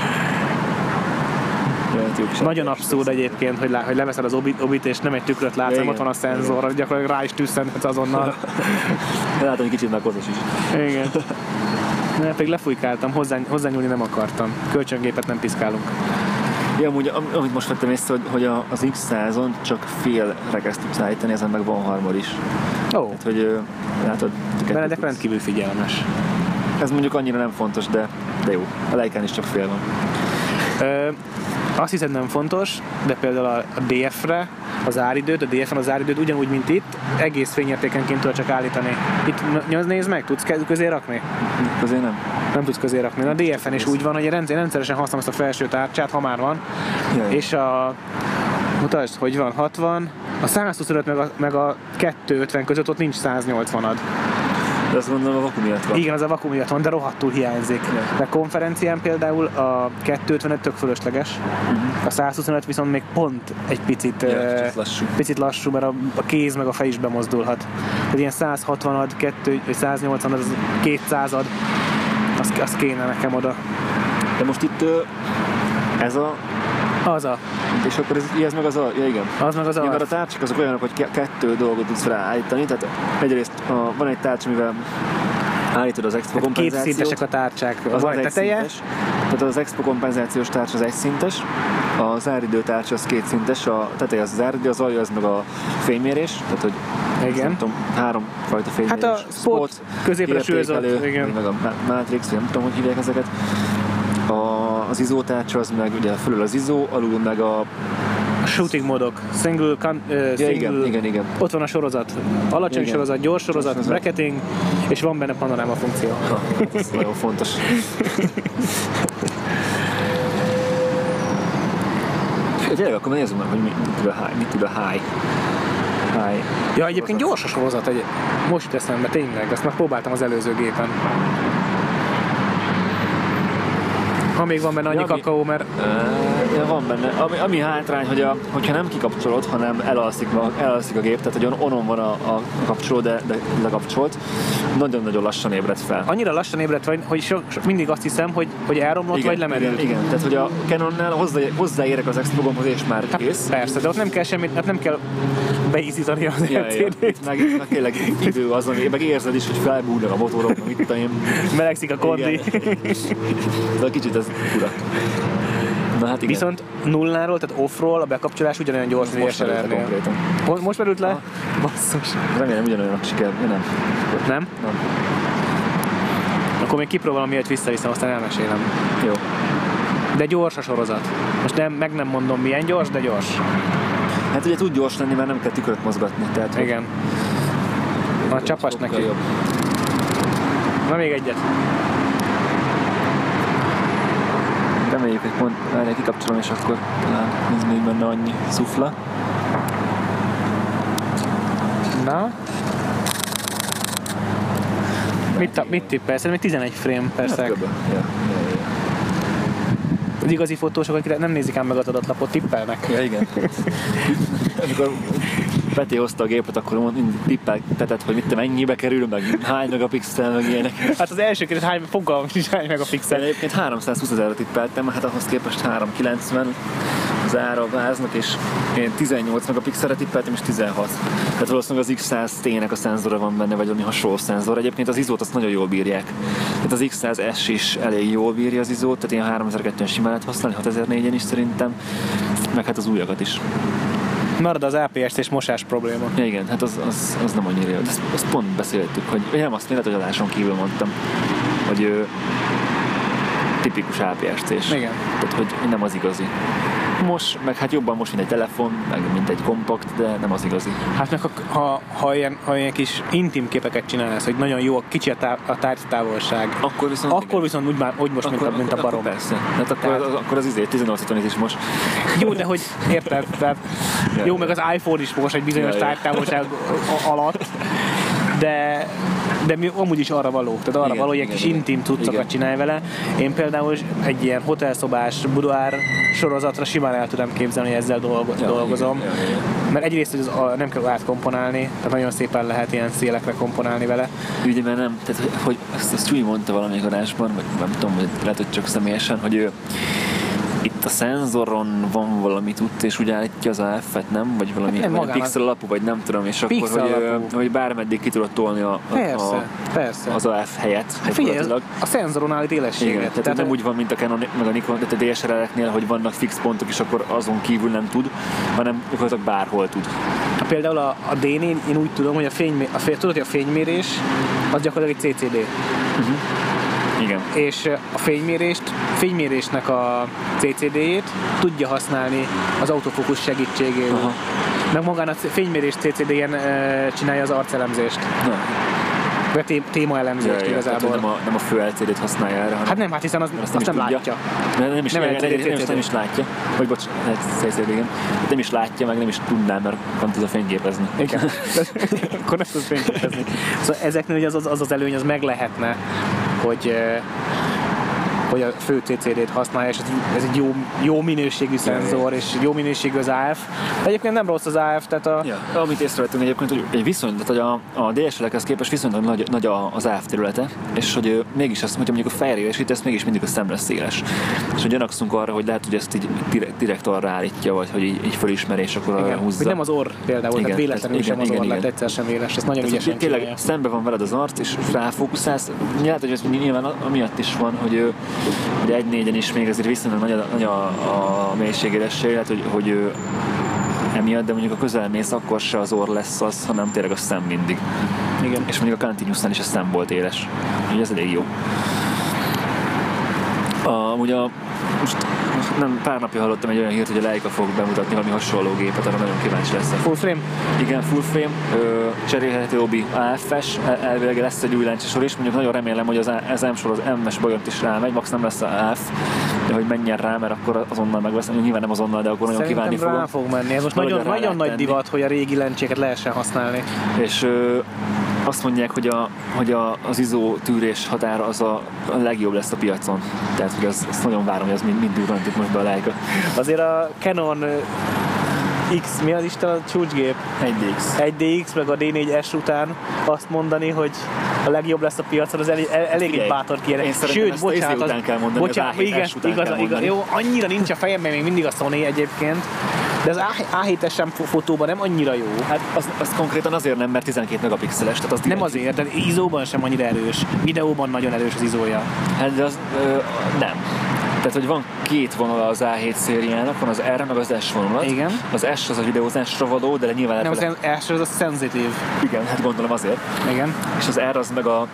Nagyon abszurd egyébként, hogy, lá, hogy leveszed az obit, obit, és nem egy tükröt látsz, hanem ott van a szenzor, gyakorlatilag rá is tüsszenhetsz azonnal. Látom, hogy kicsit már kozos is. Igen. Ne, pedig lefújkáltam, hozzá, hozzányúlni nem akartam. Kölcsöngépet nem piszkálunk. Ja, amúgy, amit most vettem észre, hogy, hogy az X százon csak fél rekeszt tudsz állítani, ezen meg van harmad is. Ó. Oh. Hát, hogy látod... Benedek rendkívül figyelmes. Ez mondjuk annyira nem fontos, de, de jó. A Leicán is csak fél van. Ö, azt hiszed nem fontos, de például a, a dé ef-re az áridőt, a dé efen az áridőt ugyanúgy, mint itt, egész fényértékenként tudod csak állítani. Itt nézd meg, tudsz közé rakni? Közé nem. Nem tudsz közé rakni. A dé efen is úgy van, hogy rendszeresen használom ezt a felső tárcsát, ha már van. Jaj. És a... mutasd, hogy van, hatvan. A százhuszonöt meg a, meg a kétszázötven között ott nincs száznyolcvanad. De azt gondolom a vaku miatt van. Igen, az a vaku miatt van, de rohadtul hiányzik. Ja. De konferencián például a kétszázötvenöt tök fölösleges, uh-huh. A százhuszonöt viszont még pont egy picit, ja, uh, lassú. picit lassú, mert a, a kéz meg a fej is bemozdulhat. Tehát ilyen százhatvanad, száznyolcvanad, kétszázad, az, az kéne nekem oda. De most itt ez a... Az a. És akkor ez, ez meg az a... Ja, igen. Az meg az a... Ja, mert a tárcsak azok olyanok, hogy kettő dolgot tudsz ráállítani. Tehát egyrészt a, van egy tárcs, mivel állítod az expo kompenzációt. Két szintesek a tárcsák. Az van egy teteje. Szintes. Tehát az expo kompenzációs tárcs az egy szintes. A záridő tárcs az két szintes. A teteje az a záridő, az alja az meg a fénymérés. Tehát, hogy igen. Nem tudom, három fajta fénymérés. Hát a spot, spot középre sőzött. Igen. Meg a matrix, vagy nem tudom, hogy hívják ezeket. A, az izó tárcsa az meg ugye fölül az izó, alul meg a... A shooting modok, single, con, uh, ja, single igen, igen, igen. Ott van a sorozat, alacsony igen. sorozat, gyors sorozat, sorozat, bracketing, és van benne panoráma funkció. Ha, ez nagyon fontos. Tényleg, akkor nézzük meg, hogy mit tud a high. Mit tud a high. high. Ja, egyébként gyors a sorozat, egy... most jut eszembe, tényleg, azt már próbáltam az előző gépen. Ha még van benne annyi ja, kakaó, mert... Ja, van benne. Ami, ami hátrány, hogy a, hogyha nem kikapcsolod, hanem elalszik, elalszik a gép, tehát hogy onon van a, a kapcsoló, de, de lekapcsolt, nagyon-nagyon lassan ébred fel. Annyira lassan ébred fel, hogy so, so, mindig azt hiszem, hogy, hogy elromlott, igen, vagy lemerült. Igen, igen, tehát hogy a Canonnál hozzá, hozzáérek az expogomhoz, és már hát, kész. Persze, de ott nem kell semmit, hát nem kell beízítani az ja, el cé dét. Ja. Meg, meg tényleg idő az, ami, meg érzed is, hogy felbújnak a motorok, mit tudom én. Melegszik a kondi. De kicsit ez fura. Na, hát igen. Viszont nulláról, tehát offról a bekapcsolás ugyanolyan gyors, mint es el er-nél. Most merült le? Aha. Basszus. Remélem ugyanolyan siker. Nem. Nem? Nem. Akkor még kipróbálom, miért visszaviszem, aztán elmesélem. Jó. De gyors a sorozat. Most nem, meg nem mondom milyen gyors, de gyors. Hát ugye tud gyors lenni, mert nem kell tükröt mozgatni. Tehát, igen. Na csapass neki. Jobb. Na még egyet. Reméljük, hogy pont erre kikapcsolom, és akkor talán nincs még benne annyi szufla. Na? Mit, mit tippel? Szerintem tizenegy frame per hát, szek. Ja, ja, ja. Az igazi fotósok, akik nem nézik ám meg az adatlapot, tippelnek. Ja, igen. Amikor Peti hozta a gépet, akkor tippeltetett, hogy mit te mennyibe kerül, meg hány megapixel, meg ilyenek. Hát az első kérdés, hány fogalmam nincs, hány megapixel. Én egyébként háromszázhúszezerre tippeltem, hát ahhoz képest háromszázkilencven az ára a váznak, és én tizennyolc megapixelre tippeltem, és tizenhat. Tehát valószínűleg az X száz T-nek a szenzora van benne, vagy valami hasonló szenzor. Egyébként az izót azt nagyon jól bírják. Tehát az X száz S is elég jól bírja az izót, tehát ilyen háromezer-kettőn simán lehet használni, hatezer-négyen is szerintem, meg hát az újakat is. Marad az á pé es-t és mosás probléma. Ja, igen, hát az, az, az nem annyira jó. Ezt, ezt pont beszéltük, hogy nem azt lehet, hogy adáson kívül mondtam, hogy ö, tipikus á pé es cés. Igen. Tehát, hogy nem az igazi. Mos, meg hát jobban most, mint egy telefon, meg mint egy kompakt, de nem az igazi. Hát meg ha, ha, ilyen, ha ilyen kis intim képeket csinálsz, hogy nagyon jó, kicsi a, tá, a tárgytávolság, akkor viszont, akkor viszont úgy, már, úgy most, akkor, mint, a, mint a barom. Akkor persze. Hát akkor, Tehát... az, akkor az izé tizennyolc is most. Jó, de hogy érted? Tehát, ja, jó, ja. meg az iPhone is most egy bizonyos ja, tárgytávolság alatt, de de mi amúgy is arra való, tehát arra igen, való, hogy egy kis igen, intim cuccokat csinálj vele. Én például egy ilyen hotelszobás, buduár sorozatra simán el tudom képzelni, hogy ezzel dolgo- ja, dolgozom. Igen, ja, ja. Mert egyrészt, hogy az a, nem kell átkomponálni, tehát nagyon szépen lehet ilyen szélekre komponálni vele. Ugye, mert nem, tehát hogy, hogy azt, azt Csúly mondta valamelyik adásban, vagy nem tudom, hogy lehet, hogy csak személyesen, hogy ő itt a szenzoron van valami tudsz, és úgy állítja az á ef-et, nem? Vagy valami hát vagy pixel alapú, vagy nem tudom, és akkor, hogy, hogy bármeddig ki tudod tolni a, a, persze, a, persze. az á ef helyet. Hát figyelj, a szenzoron állít élességet. Igen, tehát, tehát nem úgy van, mint a Canon, meg a Nikon, tehát a dé es el er-eknél, hogy vannak fix pontok, és akkor azon kívül nem tud, hanem gyakorlatilag bárhol tud. Hát például a, a D-nél én úgy tudom, hogy a, fénymé, a, fény, tudod, hogy a fénymérés az gyakorlatilag egy cé cé dé. Uh-huh. Igen. És a fénymérést, fénymérésnek a cé cé dé-jét tudja használni az autofókusz segítségével. Aha. Meg magán a fénymérés cé cé dé-en e, csinálja az arcelemzést. Na. Vagy témaelemzést ja, igazából. Tehát, nem, a, nem a fő el cé dét használja erre, hanem... Hát nem, hát hiszen az, azt, azt nem tudja. látja. Nem, nem is, nem, nem, nem, nem, nem is látja. Vagy bocs, cé cé dé, igen. Nem is látja, meg nem is tudná, mert pont tudja fényképezni. Igen. Akkor nem tud fényképezni. Szóval ezeknél az az, az az előny, az meg lehetne, hogy, hogy a fő cé cé dét használja, és ez egy jó, jó minőségű szenzor, és jó minőségű az á ef. De egyébként nem rossz az á ef, tehát a... Ja, amit észrevettünk egyébként, hogy egy viszony, tehát hogy a, a dé es el er-ekhez képest viszonylag nagy, nagy az á ef területe, és hogy mégis azt, hogyha mondjuk a fejlélésít, mégis mindig a szemre széles. És hogy gyanakszunk arra, hogy lehet, hogy ezt így direkt, direkt arra állítja, vagy hogy így, így fölismerés, akkor igen, arra húzza. Hogy nem az orr például, igen, tehát véletlenül igen, sem az orr lett egyszer sem éles, ez nagyon ügyesen tényleg csinálja. Szembe van veled az arc, és ráfókuszálsz. Lehet, hogy ez nyilván amiatt is van, hogy ugye egy négyen is még azért viszonylag nagy a, nagy a, a mélységéresség, hát, hogy, hogy emiatt, de mondjuk a közelmész, akkor se az orr lesz az, hanem tényleg a szem mindig. Igen. És mondjuk a Continuousnál is a szem volt éles. Úgyhogy ez elég jó. A, ugye a, most nem, pár napja hallottam egy olyan hírt, hogy a Leica fog bemutatni valami hasonló gépet, arra nagyon kíváncsi lesz. Full frame? Igen, full frame, ö, cserélhető obi á ef-es, elvileg lesz egy új láncsisor is, mondjuk nagyon remélem, hogy az, az M-sor az em-es bajont is rámegy, max nem lesz á ef, de hogy menjen rá, mert akkor azonnal megveszem, nyilván nem azonnal, de akkor nagyon szerintem kívánni fogom. Szerintem rá fog menni, ez most nagyon, nagyon nagy divat, hogy a régi lencséket lehessen használni. És ö, azt mondják, hogy, a, hogy a, az izó tűrés határa az a, a legjobb lesz a piacon. Tehát, hogy az, azt nagyon várom, hogy az mind, mind durrant itt most be a Leica. Azért a Canon X, mi az Isten a csúcsgép? egy dé iksz. egy dé iksz meg a dé négy es után azt mondani, hogy a legjobb lesz a piacon, az elég, elég egy bátor kijelent. Sőt, bocsánat, az, után kell mondani, bocsánat, az igen, után igaz, kell igaz, mondani. Jó, annyira nincs a fejemben még mindig a Sony egyébként, de az á hétes sem fotóban nem annyira jó. Hát az, az konkrétan azért nem, mert tizenkét megapixeles, tehát az nem direkt. Azért, de izóban sem annyira erős. Videóban nagyon erős az izója. Hát de az ö, nem. Tehát, hogy van két vonala az á hét szériának, van az R meg az S vonalat. Igen. Az S az a videózásra való, de nyilván... Nem, az S az a sensitive. Igen, hát gondolom azért. Igen. És az R az meg a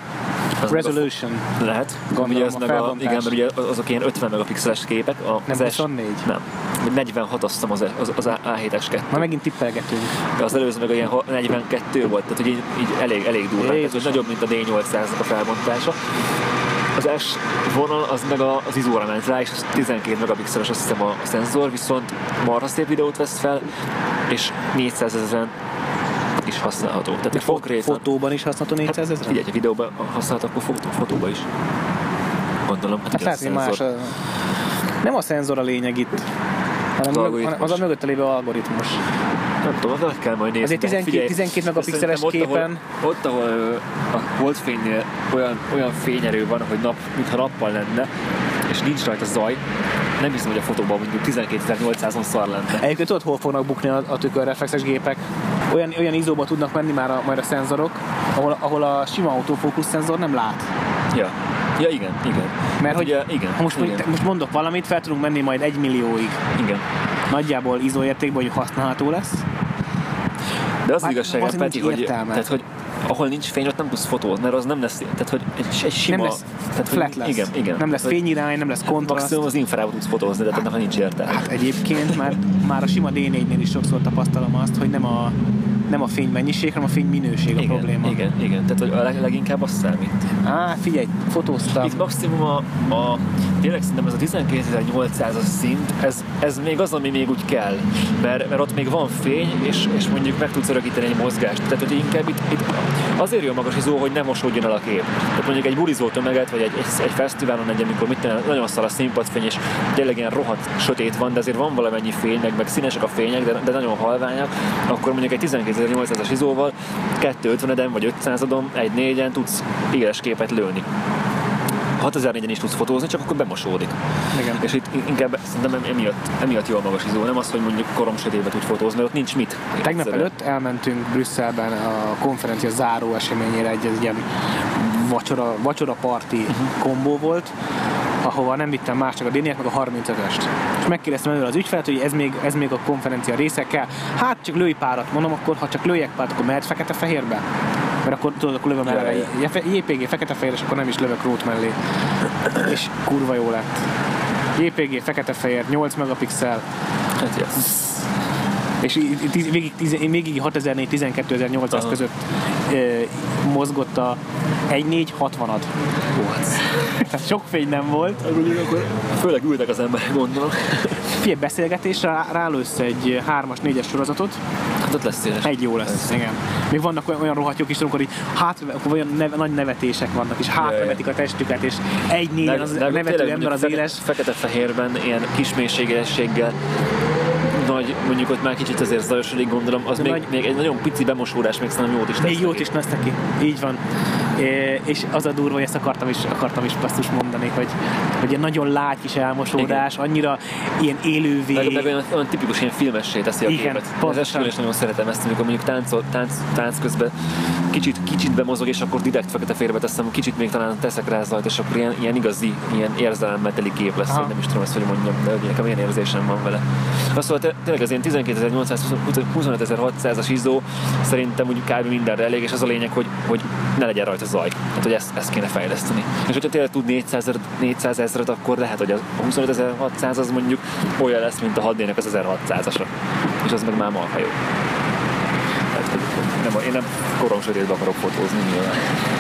Resolution. Lehet. Gondolom, ugye az a meg a, igen, mert ugye azok ilyen ötven megapixeles képek. A, nem huszonnégy? Nem. negyvenhat azt hiszem az, az, az á hét es kettő. Ma megint tippelgetünk. De az előző meg ilyen negyvenkettő volt, tehát hogy így, így elég, elég durva. Ez nagyobb, mint a D nyolcszáznak a felbontása. Az S vonal az meg az izóra ment rá, és tizenkét megapixeles azt hiszem a szenzor, viszont marha szép videót vesz fel, és négyszázezren is használható. Tehát egy konkrétan... Fotóban is használható négyszázezren? Hát, figyelj, ha videóban használható, akkor fotó, fotóban is. Gondolom. Hát, hát látni más. A... Nem a szenzor a lényeg itt, hanem az, az a mögötte lévő algoritmus. Nem tudom, azt kell majd nézni. Azért tizenkét, tizenkét megapixeles ott, képen... Ahol, ott, ahol a holdfénynél olyan, olyan fényerő van, hogy nap, mintha nappal lenne, és nincs rajta zaj, nem hiszem, hogy a fotóban mondjuk tizenkétezer-nyolcszázon szar lenne. Egyébként tudod, hol fognak bukni a, a tükörreflexes gépek? Olyan, olyan izóba tudnak menni már a, majd a szenzorok, ahol, ahol a sima autofókusz szenzor nem lát. Ja. Ja, igen, igen. Mert hogy ugye, igen, most, igen. most mondok valamit, fel tudunk menni majd egy millióig. Igen. Nagyjából izóértékben, hogy használható lesz. De az, az igazság, az Peti, hogy, tehát, hogy ahol nincs fény, ott nem tudsz fotózni, mert az nem lesz, tehát hogy egy, egy sima... Nem lesz, tehát, flat lesz. Igen, igen. Nem lesz fényirány, nem lesz kontraszt. Maximum az infrával tudsz fotózni, de hát, nincs értelme. Hát egyébként már, már a sima D négynél is sokszor tapasztalom azt, hogy nem a, nem a fény-mennyiség, hanem a fény-minőség a igen, probléma. Igen, igen. Tehát hogy a leg, leginkább az számít. Á, figyelj, fotóztam. Itt maximum a, a tényleg szerintem ez a tizenkétezer-nyolcszázas szint, ez, ez még az, ami még úgy kell. Mert, mert ott még van fény, és, és mondjuk meg tudsz örökíteni egy mozgást. Tehát, hogy inkább itt, itt azért jön magas izó, hogy nem mosódjon el a kép. Tehát mondjuk egy bulizó tömeget, vagy egy, egy, egy fesztiválon egy, amikor mit tenni, nagyon szar a színpadfény, és tényleg ilyen rohadt sötét van, de azért van valamennyi fény, meg, meg színesek a fények, de, de nagyon halványak, akkor mondjuk egy tizenkétezer-nyolcszázas izóval kétszázötveneden vagy ötszázadon, egy négyen tudsz éles képet lőni. hatezernégyen is tudsz fotózni, csak akkor bemosódik. Igen. És itt inkább szerintem emiatt, emiatt jó a magas izó, nem az, hogy mondjuk koromsötétbe tud fotózni, mert ott nincs mit. Tegnap egyszerűen. Előtt elmentünk Brüsszelben a konferencia záró eseményére, egy, egy ilyen vacsora, vacsora party uh-huh. kombó volt, ahova nem vittem más, csak a D négyet, meg a harmincötöst. És megkérdeztem előre az ügyfelet, hogy ez még, ez még a konferencia része kell. Hát csak lőj párat, mondom, akkor ha csak lőjek párat, akkor mehet fekete-fehérbe? Mert akkor tudod, akkor lövöm eleve J P G fekete-fehér, és akkor nem is lövök rót mellé. És kurva jó lett. J P G fekete-fehér, nyolc megapixel. Hát yes. És végig, végig hatezer-négy tizenkétezer-nyolcszáz uh-huh. között e, mozgott a egy négy hatvanad. Tehát sok fény nem volt. Akkor főleg ültek az emberek, gondolom. Figyelj, beszélgetésre rálősz egy hármas, négyes sorozatot. Hát ott lesz széles. Egy jó lesz, lesz. Igen. Még vannak olyan, olyan rohadt jók is, amikor így hátra, akkor olyan neve, nagy nevetések vannak, és hátrevetik a testüket, és egy négyen az de, nevető de, ember az fekete, éles. Fekete-fehérben ilyen kis mélységességgel nagy, mondjuk ott már kicsit azért zajosodik, gondolom, az még, nagy... még egy nagyon pici bemosódás még szerintem jót is tesz Még jót is tesz neki, így van. É, és az a durva, hogy ezt akartam is, akartam is basszus mondani, hogy, hogy egy nagyon lágy kis elmosódás, igen. Annyira ilyen élővé. Meg, meg olyan, olyan tipikus ilyen filmessé teszi a igen, képet. Az esküvőn is nagyon szeretem ezt, amikor mondjuk táncol, tánc, tánc közben kicsit, kicsit bemozog, és akkor direkt fekete-fehérbe teszem, kicsit még talán teszek rá zajt, és akkor ilyen, ilyen igazi, ilyen érzelemmel teli kép lesz, hogy nem is tudom ezt, hogy mondjam, de nekem ilyen érzésem van vele. Azt mondta, tényleg az ilyen tizenkétezer-nyolcszáz huszonötezer-hatszázas izó szerintem úgy kb. Mindenre elég, és az a lényeg, hogy, hogy ne legyen rajta zaj. Tehát, hogy ezt, ezt kéne fejleszteni. És hogyha tényleg tud négyszázezret, akkor lehet, hogy a huszonötezer-hatszáz az mondjuk olyan lesz, mint a hadnének az ezerhatszázasa. És az meg már marha jó. Tehát, nem, én nem koromsötétbe akarok fotózni nyilván.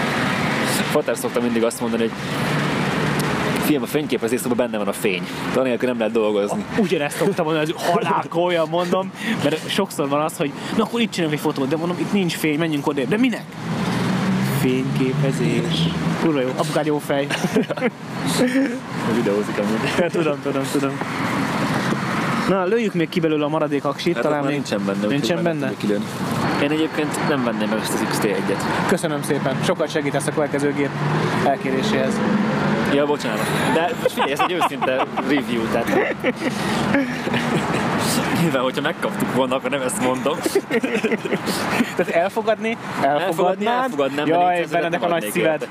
Fater szokta mindig azt mondani, hogy film, a fényképezésben benne van a fény. De anélkül nem lehet dolgozni. Ugyanezt szoktam mondani, hogy halálka olyan mondom, mert sokszor van az, hogy na akkor itt csinálom egy fotót, de mondom, itt nincs fény, menjünk odébb. De minek? Fényképezés. Kurva jó, apukád jó fej. Videózik amúgy. Ja, tudom, tudom, tudom. Na, lőjük még ki belőle a maradék aksit, hát talán még... nincsen benne. Nincsen benne? Én egyébként nem venném meg ezt az X T egyet. Köszönöm szépen, sokat segítesz a következő gép elkéréséhez. Ja, bocsánat. De most figyelj, ez egy őszinte review, tehát... Nyilván, hogyha megkaptuk volna, akkor nem ezt mondom. Tehát elfogadni? Elfogadni, elfogadnám. Jaj, bennedek a nagy szíved.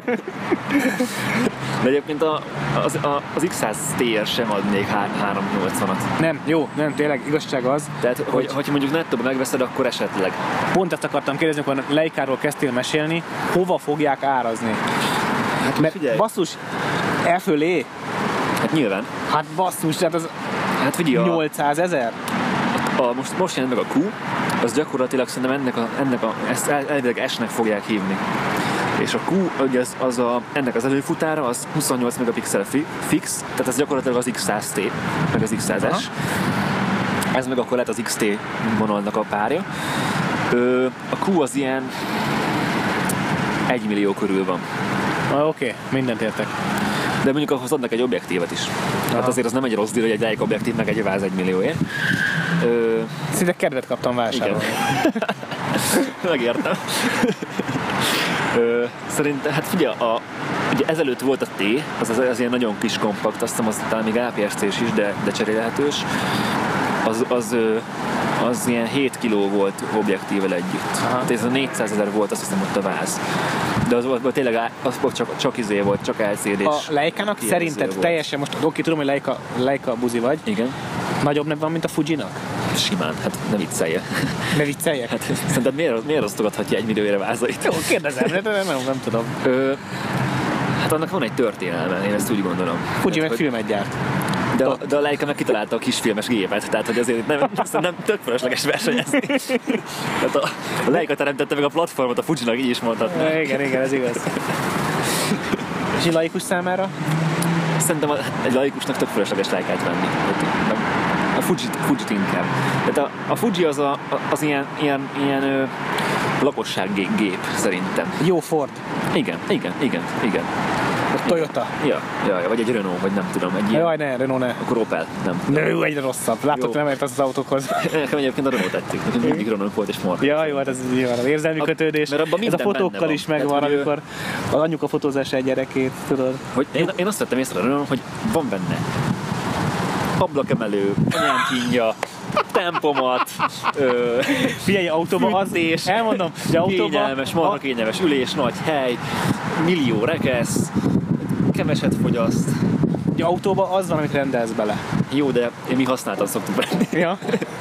De egyébként a, az, a, az iksz száz té er sem adnék háromszáznyolcvanat. Nem, jó, nem, tényleg, igazság az. Tehát, hogy, hogy, hogyha mondjuk nettóban megveszed, akkor esetleg. Pont ezt akartam kérdezni, amikor Leica-ról kezdtél mesélni, hova fogják árazni? Hát mert figyelj. basszus, e fölé? Hát nyilván. Hát basszus, tehát az hát figyelj, nyolcszázezer? A, a, most, most jelent meg a Q, az gyakorlatilag szerintem ennek a, ennek a ezt elvileg S-nek fogják hívni. És a Q, ugye az, az a, ennek az előfutára az huszonnyolc megapixel fi, fix, tehát ez gyakorlatilag az iksz száz té, meg az iksz száz es. Aha. Ez meg akkor lehet az iksz té vonalnak a párja. Ö, a Q az ilyen egy millió körül van. Ah, oké, okay. Mindent értek. De mondjuk ahhoz adnak egy objektívet is. Hát azért az nem egy rossz díl, hogy egy Leica objektív meg egy váz egy millióért. Ö... Szinte kedvet kaptam vásárolni. Megértem. Ö, szerintem, hát figyelj, a, ugye ezelőtt volt a T, az, az, az ilyen nagyon kis kompakt, azt hiszem az talán még á pé es cés is, de, de cserélhetős. Az, az, az ilyen hét kiló volt objektívvel együtt. Hát ez a négyszázezer volt, azt hiszem ott a váz. De az volt tényleg, az csak, csak izé volt, csak el cé dés. A Leica-nak szerinted teljesen, most oké, tudom, hogy Leica, Leica buzi vagy. Igen. Nagyobb neve van, mint a Fujinak? Simán, hát ne viccelje. Ne vicceljek? Hát szerinted miért, miért osztogathatja egy millióére vázait? Jó, kérdezem, de nem, nem, nem tudom. Ö, hát annak van egy történelme, én ezt úgy gondolom. Fuji meg filmet gyárt. De a, de a Leica meg kitalálta a kisfilmes gépet, tehát hogy azért nem, nem tök fölösleges versenyezni. Tehát a, a Leica teremtette meg a platformot, a Fujinak így is mondhatná. Igen, igen, ez igaz. És egy laikus számára? Szerintem egy laikusnak tök fölösleges Leicát venni. A Fujit, Fujit inkább. Tehát a, a Fuji az, a, az ilyen, ilyen, ilyen ö, lakossággép szerintem. Jó Ford. Igen, igen, igen, igen. A Toyota. Ja, ja, vagy egy Renault, vagy nem tudom. Egy ilyen... Jaj, ne, Renault ne. Akkor Opel, nem. Nő, egyre rosszabb. Látod, nem ért az autókhoz. Nekem egyébként a Renault tetszik. Mindig Renault volt és marha. Ja, jó, hát ez az érzelmi kötődés. Mert abban ez a fotókkal van. Is megvan, hát, amikor ő... az anyuka fotózása egy gyerekét, tudod. Hogy én, én azt vettem észre a Renault, hogy van benne ablakemelő, anyámkínja, tempomat, ö... figyelj, autóban az, és elmondom, hogy autóban... Kényelmes, marha kényelmes ülés, nagy hely, millió rekesz, keveset fogyaszt. Egy autóban az van, amit rendelsz bele. Jó, de én mi használtan szoktuk venni. Ja.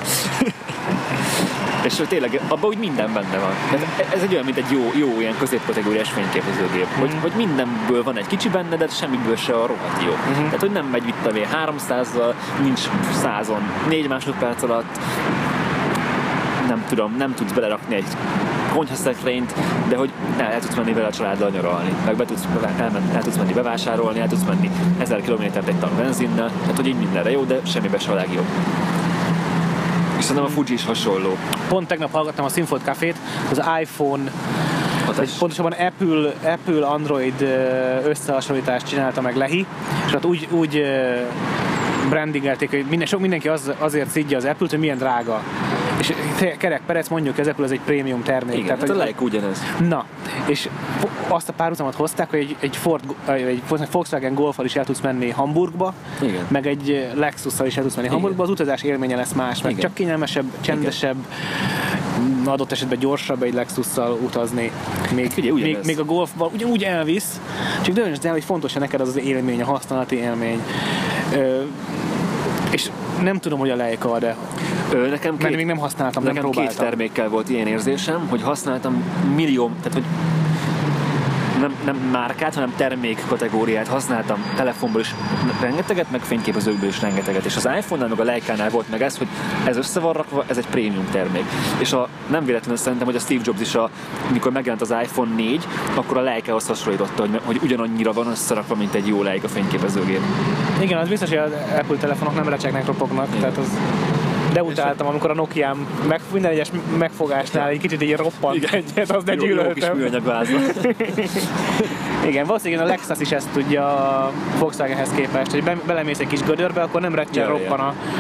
És tényleg abban úgy minden benne van. Ez egy olyan, mint egy jó, jó ilyen középkategóriás fényképezőgép, mm. hogy, hogy mindenből van egy kicsi benne, de semmiből se a rohadt jó. Mm-hmm. Tehát, hogy nem megy mit a háromszázzal, nincs százon, négy másodperc alatt, nem tudom, nem tudsz belerakni egy konyhaszekrényt, de hogy el, el tudsz menni vele a családdal nyaralni, meg be tudsz, el, el tudsz menni bevásárolni, el tudsz menni ezer kilométert egy tank benzinnel, tehát hogy így mindenre jó, de semmibe se a legjobb. És szerintem a Fuji is hasonló. Pont tegnap hallgattam a Synfold Cafét, az iPhone, vagy pontosabban Apple, Apple Android összehasonlítást csinálta meg Lehi, és ott úgy, úgy brandingelték, hogy minden, sok mindenki az, azért szidja az Apple-t, hogy milyen drága. És kerek perec, mondjuk ez Apple, ez egy prémium termék. Igen, tehát, hát a Leica ugyanez. Na, és azt a párhuzamot hozták, hogy egy, egy, Ford, egy Volkswagen Golffal is el tudsz menni Hamburgba, igen. Meg egy Lexusszal is el tudsz menni igen. Hamburgba, az utazás élménye lesz más, meg igen. Csak kényelmesebb, csendesebb, igen. Adott esetben gyorsabb egy Lexusszal utazni. Még, Figyelj, még, még a Golfban ugyanúgy elvisz, csak döntsd el, hogy fontos-e neked az az élmény, a használati élmény. Ö, és nem tudom, hogy a Leica, de Ö, nekem két, mert még nem használtam, nekem nem próbáltam. Két termékkel volt ilyen érzésem, hogy használtam millió, tehát hogy nem, nem márkát, hanem termék kategóriát használtam telefonból is rengeteget, meg fényképezőkből is rengeteget. És az iPhone-nál meg a Leica-nál volt meg ez, hogy ez össze van rakva, ez egy prémium termék. És a, nem véletlenül szerintem, hogy a Steve Jobs is, a, amikor megjelent az iPhone négy, akkor a Leica-hoz hasonlította, hogy, hogy ugyanannyira van összerakva, mint egy jó Leica fényképezőgép. Igen, az biztos, hogy az Apple telefonok nem recsegnek, ropognak, igen. Tehát az... De utáltam, amikor a Nokiám meg, minden egyes megfogásnál egy kicsit így roppant egyet, az ne gyűlöltem. Jó kis műanyag vázla. Igen, valószínűleg a Lexus is ezt tudja a Volkswagenhez képest, hogy be, belemész egy kis gödörbe, akkor nem recsen, ja, roppan a,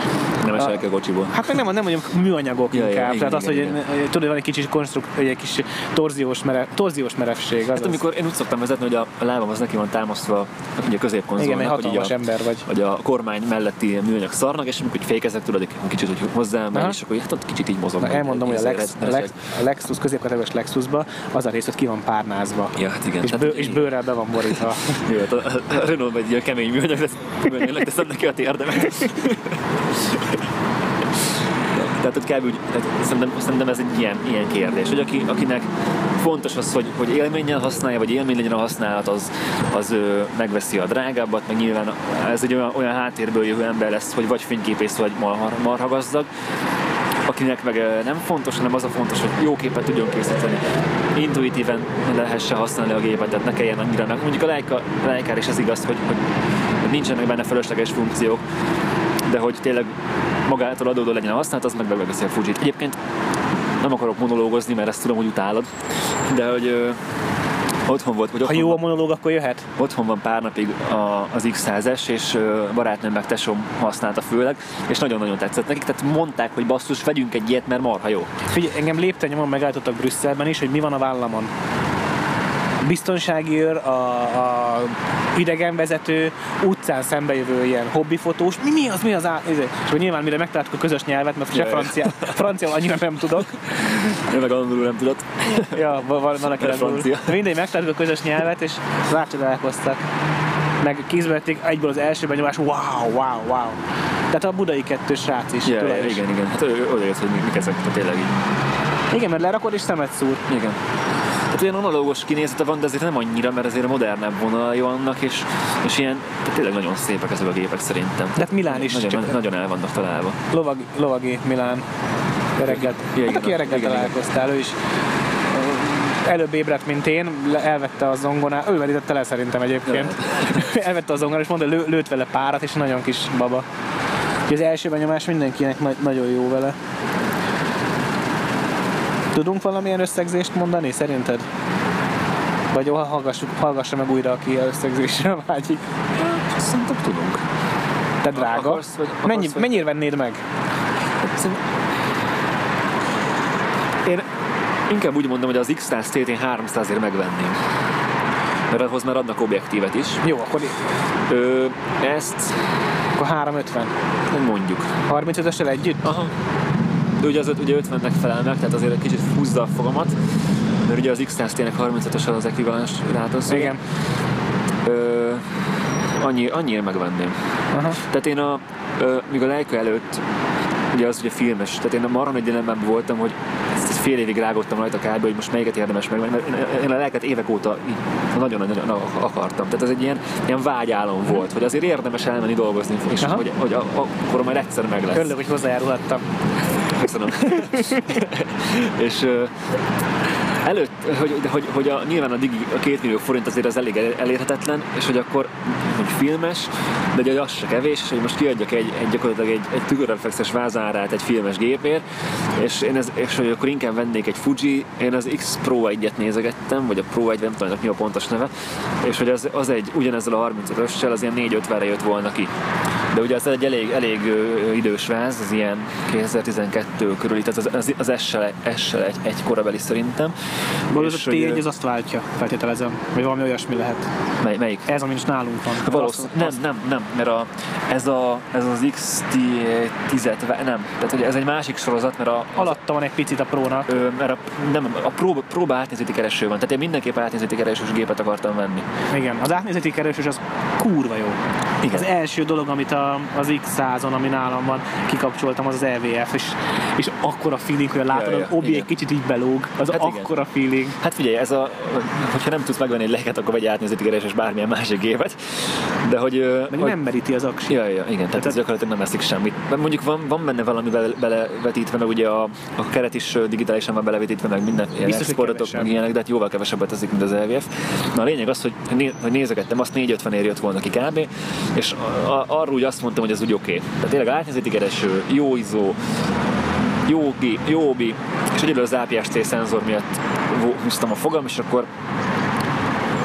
Nem esek a kocsiból. Hát meg nem, nem mondjuk műanyagok ja, inkább. Ja, Tehát az, hogy igen. tudod, van egy kicsi konstrukt, egy kis torziós, merev, torziós merevség. Az hát amikor én úgy szoktam vezetni, hogy a lábam az neki van támasztva ugye a középkonzolnak, igen, hogy hatalmas a, ember vagy. Hogy a kormány melletti műanyag szarnak, és amikor fékezek, tudod, egy kicsit, hogy hozzám megy, és akkor hát ott kicsit így mozog. Na, elmondom, hogy a, Lex, a, Lex, a Lexus, középkategóriás Lexusba az a rész, hogy ki van párnázva. Ja, hát igen. És, bő, és bőrrel be van borítva. Jó, hát a, a Renault egy ilyen kemény műanyag, de teszem neki a térdemet. Tehát ott kb. Úgy, tehát szerintem, szerintem ez egy ilyen, ilyen kérdés, hogy aki, akinek fontos az, hogy, hogy élménnyel használja, vagy élmény legyen a használat, az, az ö, megveszi a drágábbat, meg nyilván ez egy olyan, olyan háttérből jövő ember lesz, hogy vagy fényképész, vagy marha, marha gazdag. Akinek meg nem fontos, hanem az a fontos, hogy jó képet tudjon készíteni. Intuitíven lehessen használni a gépet, tehát ne kelljen annyira meg. Mondjuk a Leica, Leica-ra is ez igaz, hogy, hogy nincsenek benne fölösleges funkciók, de hogy tényleg magától adódó legyen a használat, az meg megveszi a Fujit. Egyébként nem akarok monológozni, mert ezt tudom, hogy utálod, de hogy ö, otthon volt, vagy ha otthon jó a van, monológ, akkor jöhet? Otthon van pár napig a, az iksz százas, és ö, barátnőm meg tesóm használta főleg, és nagyon-nagyon tetszett nekik, tehát mondták, hogy basszus, vegyünk egy ilyet, mert marha jó. Figyelj, engem lépten nyomon megállítottak Brüsszelben is, hogy mi van a vállamon. Biztonsági őr, a, a idegenvezető, utcán szembejövő ilyen hobbifotós, mi, mi az, mi az á... És akkor nyilván mire megtaláltuk a közös nyelvet, mert se francia, francia annyira nem tudok. Ő meg angolul nem tudott. Ja, van, van aki francia. De mindegy, megtaláltuk a közös nyelvet, és rácsodálkoztak. Meg kézbe vették egyből az első benyomás, wow, wow, wow. Tehát a budai kettős srác is. Ja, ja, igen, igen. Hát oda jött, hogy mik ezek, tehát tényleg így. Igen, mert lerakod és szemet szúr. Igen. Tehát olyan analógos kinézete van, de azért nem annyira, mert azért modernebb vonalai vannak, és, és ilyen, tehát tényleg nagyon szépek ezek a gépek szerintem. De hát Milán is. Nagyon, csak nagyon el vannak találva. Lovag, lovagi Milán. Reggelt. Ja, hát aki reggel találkoztál, ő is előbb ébredt, mint én, elvette a zongorát, ő vedítette le szerintem egyébként. Elvette a zongorát, és mondta, lő, lőtt vele párat, és nagyon kis baba. Az első benyomás mindenkinek na- nagyon jó vele. Tudunk valamilyen összegzést mondani, szerinted? Vagy jó, hallgassuk, hallgassa meg újra, aki összegzésre vágyik. Szerintem tudunk. Te drága. Akarsz, vagy, akarsz, Mennyi, vagy... mennyire vennéd meg? Én inkább úgy mondom, hogy az iksz száz té-t én háromszázért megvenném. Mert ahhoz már adnak objektívet is. Jó, akkor Ö, ezt... Akkor háromszázötven. Mondjuk. harmincötössel együtt? Aha. De ugye az ugye ötvennek felel meg, tehát azért egy kicsit húzza a fogamat, mert ugye az iksz száz té-nek harmincötös az ekvivalens látószög. Igen. Ö, annyi, annyiért megvenném. Aha. Tehát én a, ö, míg a Leica előtt, ugye az ugye filmes, tehát én a marha nagy dilemában voltam, hogy ezt fél évig rágottam rajta kb, hogy most melyiket érdemes megvenni, mert én a Leicát évek óta nagyon-nagyon akartam. Tehát ez egy ilyen, ilyen vágyálom volt, hogy azért érdemes elmenni dolgozni, és aha, hogy, hogy a, a, akkor majd egyszer meg lesz. Örülök, hogy hozzájárulhattam. Köszönöm. És ö, előtt, hogy, hogy, hogy a, nyilván a digi, a két millió forint azért az elég elérhetetlen, és hogy akkor hogy filmes, de hogy az se kevés, és hogy most kiadjak egy, egy gyakorlatilag egy, egy tükörreflexes vázárát egy filmes gépért, és, én ez, és hogy akkor inkább vennék egy Fuji, én az X Pro egyet nézegettem, vagy a Pro egy, nem tudom, mi a pontos neve, és hogy az, az egy ugyanezzel a harmincötössel az ilyen négy-ötvenre jött volna ki. De ugye az egy elég, elég ö, idős váz, az ilyen kétezer-tizenkettő körül, tehát az, az, az S-sel, S-sel egy, egy korabeli szerintem. Valószínűleg a té egy az azt váltja, feltételezem, vagy valami olyasmi lehet. Mely, melyik? Ez, ami is nálunk van. Valószínűleg. Nem, nem, nem, mert a, ez, a, ez az iksz té tíz, nem. Tehát hogy ez egy másik sorozat, mert a... Alatta van egy picit a Prónak. Ö, mert a, nem, a prób, próba átnézeti kereső van, tehát én mindenképpen átnézeti keresős gépet akartam venni. Igen, az átnézeti keresős az kurva jó. Igen. Az első dolog, amit a, az iksz százon, ami nálam van, kikapcsoltam, az az é vé ef, és, és akkora feeling, hogy látod, ja, ja, az obi egy kicsit így belóg, az hát akkora igen. feeling. Hát figyelj, ez a, hogyha nem tudsz megvenni egy Leicát, akkor vegyél átnézeti keresős bármilyen másik gépet, de hogy... Meg hogy, nem meríti az aksi. Ja, ja, igen, tehát ez gyakorlatilag nem eszik semmit. Mondjuk van, van benne valami bele, belevetítve, meg ugye a, a keret is digitálisan van belevetítve, meg minden ilyen exportok, meg ilyenek, de hát jóval kevesebbet eszik, mint az é vé ef. Na a lényeg az, hogy, né, hogy nézegettem, azt négy-ötvenért jött volna ki kb. És a, a, arról úgy azt mondtam, hogy ez úgy oké. Okay. Tehát tényleg átnézeti kereső, jó izó, jó, jó obi, és egyedül az á pé es cé szenzor miatt húztam a fogam, és akkor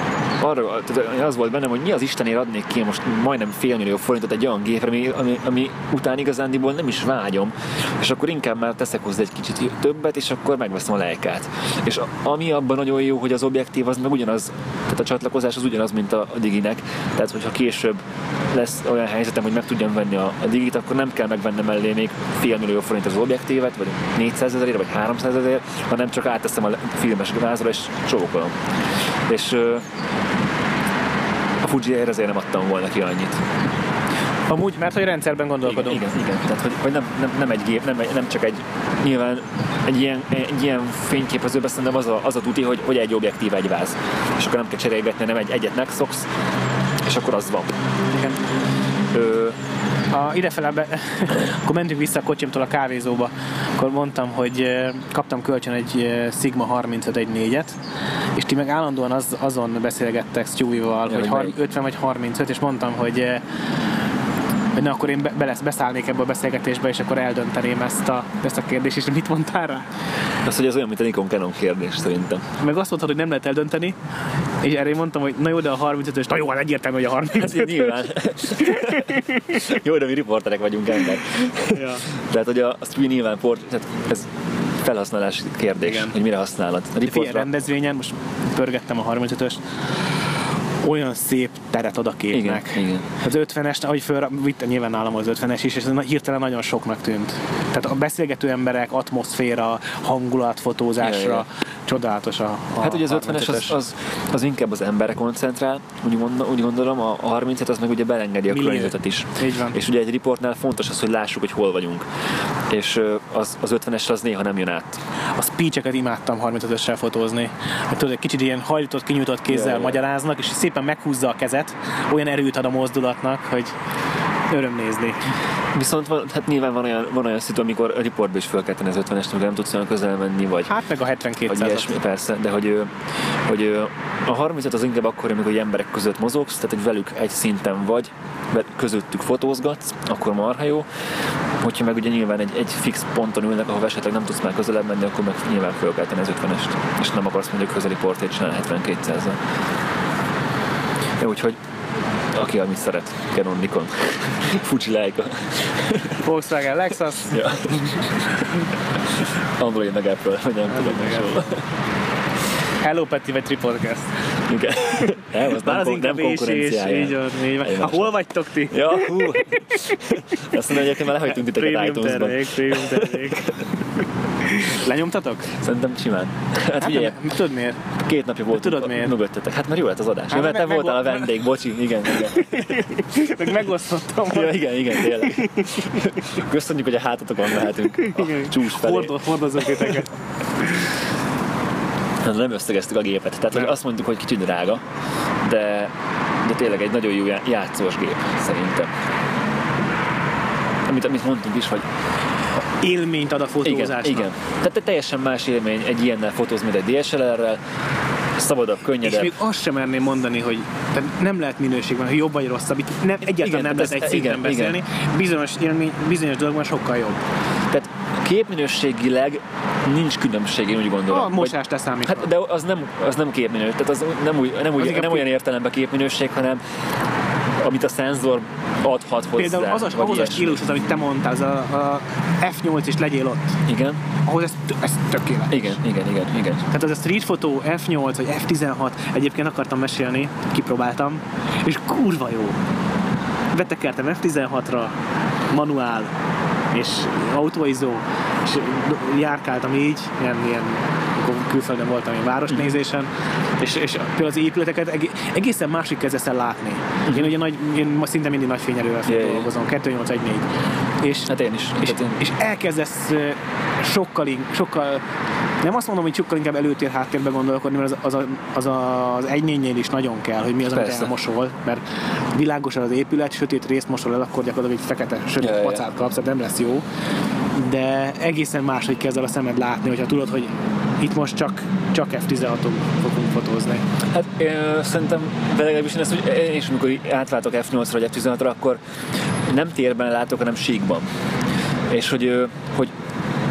arra, az volt bennem, hogy mi az Istenért adnék ki most majdnem félmillió forintot egy olyan gépre, ami, ami, ami után igazándiból nem is vágyom, és akkor inkább már teszek hozzá egy kicsit többet, és akkor megveszem a Leicát. És ami abban nagyon jó, hogy az objektív az meg ugyanaz, tehát a csatlakozás az ugyanaz, mint a, a Diginek, tehát hogyha később lesz olyan helyzetem, hogy meg tudjam venni a, a Digit, akkor nem kell megvennem mellé még félmillió forint az objektívet, vagy négyszázezerért, vagy háromszázezerért, hanem csak átteszem a filmes vázra, és csókolom. És uh, a Fujiért ezért nem adtam volna ki annyit. Amúgy, mert hogy rendszerben gondolkodunk. Igen, igen, igen. Tehát, hogy, hogy nem, nem, nem egy gép, nem, nem csak egy, nyilván egy ilyen, egy ilyen fényképezőben szerintem az a, az a tuti, hogy, hogy egy objektív, egy váz. És akkor nem kell cserélgetni, nem egy egyet megszoksz, és akkor az van. Igen. Ö, ha idefele, be, akkor mentünk vissza a kocsimtól a kávézóba, akkor mondtam, hogy kaptam kölcsön egy Sigma harmincöt egy négyet, és ti meg állandóan az, azon beszélgettek Stewie-val, ja, hogy har- ötven vagy harmincöt, és mondtam, hogy hogy na, akkor én be, be beszállnék ebbe a beszélgetésbe, és akkor eldönteném ezt a, ezt a kérdést, és mit mondtál rá? Az, hogy ez olyan, mint a Nikon Canon kérdés, szerintem. Meg azt mondtad, hogy nem lehet eldönteni, és erre én mondtam, hogy na jó, de a harmincötös, na jó, hát egyértelmű, hogy a harmincöt. Hát nyilván. Jó, de mi riporterek vagyunk ember. Ja. Tehát, hogy a, azt nyilván port, tehát ez felhasználási kérdés, igen. Hogy mire használod. A riportra... rendezvényen, most pörgettem a harmincötöst, olyan szép teret ad a képnek. Igen, igen. Az ötvenest, ahogy fölvitte nyilván nálam az ötvenes is, és ez hirtelen nagyon soknak tűnt. Tehát a beszélgető emberek, atmoszféra, hangulat, fotózásra, ja, ja. Csodálatos a, a hát ugye az ötvenes az, az, az inkább az emberre koncentrál, úgy, gondol, úgy gondolom, a harmincöt az meg ugye belengedi a környezetet is. Így van. És ugye egy riportnál fontos az, hogy lássuk, hogy hol vagyunk. És az, az ötvenes az néha nem jön át. A speech-eket imádtam harmincötössel fotózni. Hát tudod, egy kicsit ilyen hajlított, kinyújtott kézzel ja, ja. magyaráznak, és szépen meghúzza a kezet, olyan erőt ad a mozdulatnak, hogy öröm nézni. Viszont van, hát nyilván van olyan, van olyan szitu, amikor a riportba is fel kell tenni az ötvenest, amikor nem tudsz olyan közel menni, vagy... Hát meg a hetvenkétszázat. Persze, de hogy, hogy a harmincöt az inkább akkor, amikor emberek között mozogsz, tehát hogy velük egy szinten vagy, közöttük fotózgatsz, akkor marha jó. Hogyha meg ugye nyilván egy, egy fix ponton ülnek, ahol esetleg nem tudsz már közelebb menni, akkor meg nyilván fel kell tenni az ötvenest. És nem akarsz mondjuk közeli portrét csinálni hetvenkétszázzal. Ja, úgyhogy aki amit szeret, Canon, Nikon, Fuji, Leica, Volkswagen, Lexus, ja. Android meg Apple, vagy nem tudom meg. Hello Peti vagy Tripodcast. Igen. Nem, az nem, az kon- nem konkurenciája. Így van, így van. Ha, hol vagytok ti? Ja, hú. Azt mondom, egyébként már lehagytunk titeket iTunes-ban. Premium termék, premium termék. Lenyomtatok? Szerintem simán. Hát, hát figyelj, tudod miért? Két napja voltunk mögöttetek. Hát már jó lett az adás. Hát, mert te voltál a vendég, bocsi. Igen, igen. Meg megosztottam. Ja, igen, igen, tényleg. Köszönjük, hogy a hátatokon mehetünk a csúcs felé. Hordozunk titeket. Nem összegeztük a gépet. Tehát hogy azt mondtuk, hogy kicsit drága, de, de tényleg egy nagyon jó játszós gép, szerintem. Amit, amit mondtunk is, hogy élményt ad a fotózásnak. Igen, igen. Tehát teljesen más élmény egy ilyennel fotózni, mint egy dé es el er-rel. Szabadabb, könnyedebb. És még azt sem merném mondani, hogy nem lehet minőségben, hogy jobb vagy rosszabb. Itt nem, egyáltalán igen, nem lehet egy szinten beszélni. Igen. Bizonyos élmény, bizonyos dolgokban sokkal jobb. Tehát képminőségileg nincs különbség, én úgy gondolom. A mosást leszámítva. Hát, de az nem, az nem képminőség. Tehát az nem, úgy, nem, úgy, nem olyan értelemben képminőség, hanem amit a szenzor adhat hozzá. Például az az, ahhoz a stílushoz, amit te mondtál, az a, a ef nyolc is legyél ott. Igen. Ahhoz ez, ez tökéletes. Igen, igen, igen, igen. Tehát az a street fotó ef nyolc vagy ef tizenhat, egyébként akartam mesélni, kipróbáltam, és kurva jó. Betekertem ef tizenhatra, manuál, és autóizó, és járkáltam így, ilyen, ilyen külföldön voltam én városnézésen, és, és például az épületeket egészen másik kezdesz el látni. Uh-huh. Én ugye nagy, én szinte mindig nagy fényerővel yeah, dolgozom, kettő nyolc egy négy. És, hát én is. És, hát én. és elkezdesz sokkal, sokkal, nem azt mondom, hogy sokkal inkább előtér háttérbe gondolkodni, mert az, az, az, az egy négynél is nagyon kell, hogy mi az, amit elmosol, mert világos az épület, sötét részt mosol el, akkor gyakorlatilag egy fekete, sötét yeah, pacát yeah. kapsz, nem lesz jó. De egészen máshogy kezd el a szemed látni, hogyha tudod, hogy itt most csak, csak ef tizenhaton fogunk fotózni. Hát én, szerintem, de legalábbis én ezt, hogy én is amikor átváltok ef nyolcra vagy ef tizenhatra, akkor nem térben látok, hanem síkban. És hogy, hogy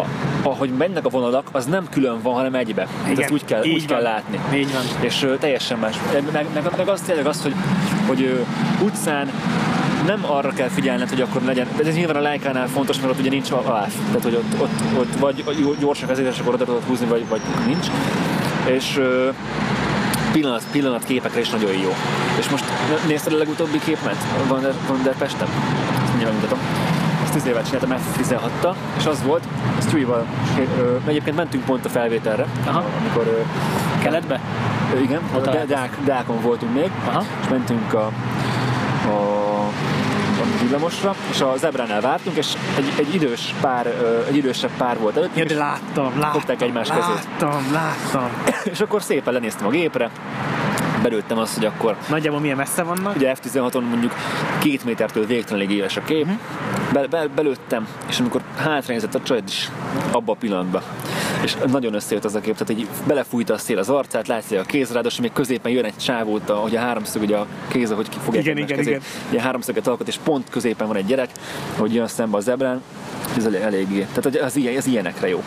ahogy mennek a vonalak, az nem külön van, hanem egybe. Igen, ezt úgy kell, úgy kell látni. Így van. És ö, teljesen más. Meg, meg, meg az tényleg az, hogy, hogy ö, utcán nem arra kell figyelned, hogy akkor legyen, de ez nyilván a Leicánál fontos, mert ott ugye nincs á ef, tehát hogy ott, ott, ott vagy gyorsak az édes, akkor oda tudod húzni, vagy, vagy nincs. És ö, pillanat, pillanat képekre is nagyon jó. És most nézted a legutóbbi képmet? Van der Pesten? Ezt mindjárt megmutatom. Ezt tíz évet csináltam ef tizenhattal, és az volt, Stewie-val, egyébként mentünk pont a felvételre, aha. amikor... Ö, Keletbe? Ö, igen, de, Dák, Dákon voltunk még, aha. És mentünk a, a a villamosra, és a zebránál vártunk, és egy, egy idős pár, egy idősebb pár volt előtt. Ja, de láttam, láttam, fogták egymás kezét. Láttam, láttam. És akkor szépen lenéztem a gépre, belőttem azt, hogy akkor... Nagyjából milyen messze vannak? Ugye ef tizenhaton mondjuk két métertől végtelenül éles a kép. Uh-huh. Be, be, belőttem, és amikor hátranézett a csajod is abba a pillanatban. És nagyon összejött az a kép, tehát így belefújta a szél az arcát, látsz a kézrádos, még középen jön egy csávót, hogy a háromszög, ugye a kéz, ahogy fogják igen, igen, igen. Ilyen háromszöget alkot, és pont középen van egy gyerek, hogy jön szembe a zebrán, ez eléggé. Tehát az, ilyen, az ilyenekre jó.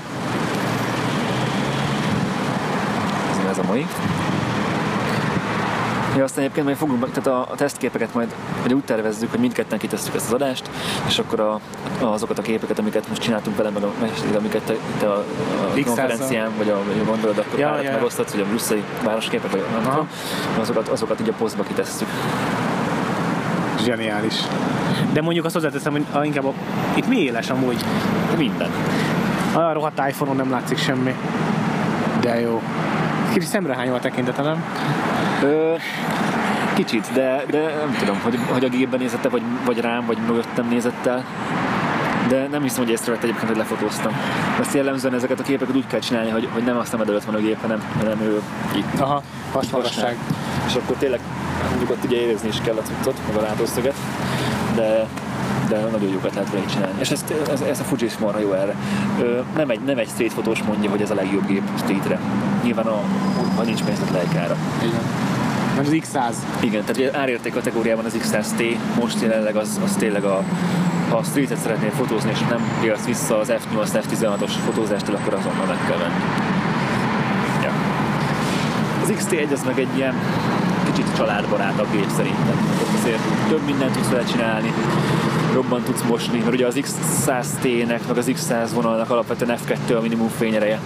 Ez, ez a mai. Ja, aztán egyébként majd fogunk, tehát a, a tesztképeket majd úgy tervezzük, hogy mindketten kitesszük ezt az adást, és akkor a, azokat a képeket, amiket most csináltunk vele, meg a, amiket te, te a, a konferencián, vagy a, vagy a gondolod, akkor ja, ja. megoszthatsz, hogy a brüsszeli városképek, vagy nem tudom, azokat, azokat így a posztba kitesszük. Zseniális. De mondjuk azt hozzáteszem, hogy a, inkább a, itt mi éles amúgy? Minden. A rohadt iPhone-on nem látszik semmi. De jó. Kicsit szemrehányó a tekintete, nem? Ö, kicsit, de, de nem tudom, hogy, hogy a gépben nézette, vagy, vagy rám, vagy mögöttem nézett el. De nem hiszem, hogy észrevett egyébként, hogy lefotóztam. Ezt jellemzően ezeket a képeket úgy kell csinálni, hogy, hogy nem azt nem előtt van a gép, hanem, hanem ő itt. Aha, hasonlóság. És akkor tényleg mondjuk ott ugye érezni is kell a cuccot, meg a látószöget, de, de nagyon jókat lehet vele csinálni. És ezt, ez, ez a Fuji is marha jó erre. Ö, nem, egy, nem egy street fotós mondja, hogy ez a legjobb gép streetre. Nyilván a, ha nincs pénzt a Leica-ra. Igen. Mert az iksz száz. Igen, tehát árérték kategóriában az iksz száz té, most jelenleg az, az tényleg a, ha a streetet szeretnél fotózni, és nem élsz vissza az ef nyolc ef tizenhatos fotózástól, akkor azonnal meg kell venni. Ja. Az iksz té egy az meg egy ilyen kicsit családbarátabb gép szerintem. Ott azért több mindent tudsz vele csinálni, jobban tudsz mosni, mert ugye az iksz száz té-nek, meg az iksz száz vonalnak alapvetően ef kettő a minimum fényereje.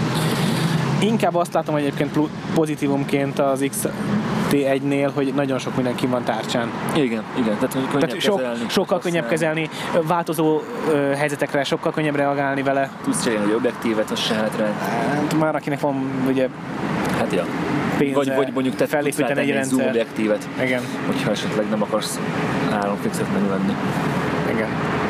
Inkább azt látom egyébként pozitívumként az iksz té egynél, hogy nagyon sok mindenki van tárcsán. Igen, igen. Tehát, hogy Tehát sok, kezelni, sokkal könnyebb kezelni, változó ö, helyzetekre sokkal könnyebb reagálni vele. Tudsz cserélni egy objektívet, az se hát rá. Hát már akinek van ugye hát ja. pénze, vagy, vagy mondjuk te felépíteni egy rendszer. Zoom objektívet. Igen. Hogyha esetleg nem akarsz három fixet megvenni. Igen.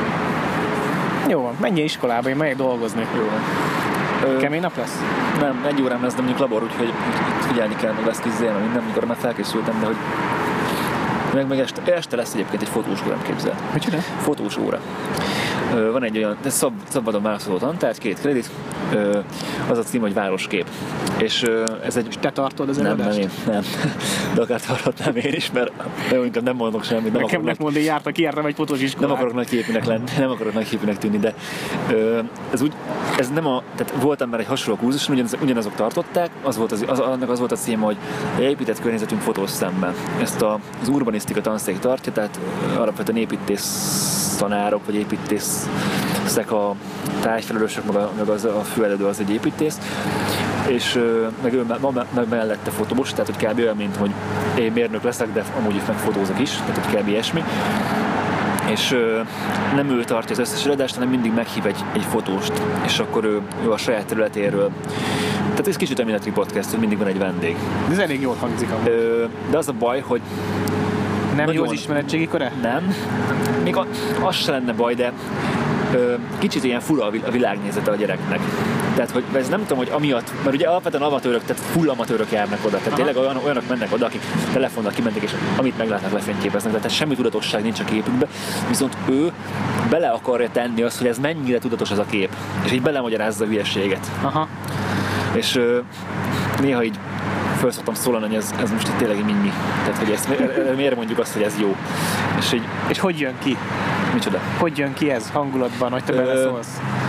Jó van, menjél iskolába, én megyek dolgozni. Jó van. Kemény nap lesz? Nem, egy órám lesz, de mondjuk labor, úgyhogy itt figyelni kell, meg lesz kis zéna, minden, amikor már felkészültem, de hogy meg, meg este, este lesz egyébként egy fotós órám, képzeld. Mit csinál? Fotós óra. Van egy olyan, de szab, szabadon választható tantárgy, két kredit, az a cím, hogy városkép. És ez egy... És te tartod az előadást? Nem, nem, én, nem. De akár tarthatnám én is, mert nagyon inkább nem mondok semmit. Nem nekem akarok, mondani, jártak, jártam egy fotós iskolát. Nem akarok nagy képűnek lenni, nem akarok nagy képűnek tűnni, de ez úgy, ez nem a, tehát voltam már egy hasonló kurzus, ugyanaz, ugyanazok tartották, az volt az, az, annak az volt a cím, hogy épített környezetünk fotós szemmel. Ezt a, az urbanisztika tanszék tartja, tehát alapvetően építész tanárok, vagy építészek a tájfelelősök, meg, a, meg az, a főelődő az egy építész, és meg ő meg mellette fotós, tehát hogy kb. Olyan, mint hogy én mérnök leszek, de amúgy meg fotózok is, tehát hogy kb. Ilyesmi. És ö, nem ő tartja az összes előadást, hanem mindig meghív egy, egy fotóst, és akkor ő, ő a saját területéről. Tehát ez kicsit olyan, mint a podcast, hogy mindig van egy vendég. Ez elég jól hangzik amúgy. Ö, de az a baj, hogy nem nagyon, jó az ismeretségi köre? Nem. Még a, az se lenne baj, de ö, kicsit ilyen fura a világnézete a gyereknek. Tehát, hogy ez nem tudom, hogy amiatt, mert ugye alapvetően amatőrök, tehát full amatőrök járnak oda. Tehát tényleg olyan, olyanok mennek oda, akik telefonnal kimentek, és amit meglátnak, lefényképeznek. Tehát semmi tudatosság nincs a képükben. Viszont ő bele akarja tenni azt, hogy ez mennyire tudatos az a kép. És így belemagyarázza a hülyeséget. Aha. És ö, néha így föl szoktam szólani, hogy ez, ez most itt tényleg mi mi. Tehát, hogy ezt, miért mondjuk azt, hogy ez jó. És, így, és hogy jön ki? Micsoda? Hogy jön ki ez hangulatban, hogy te beleszólsz?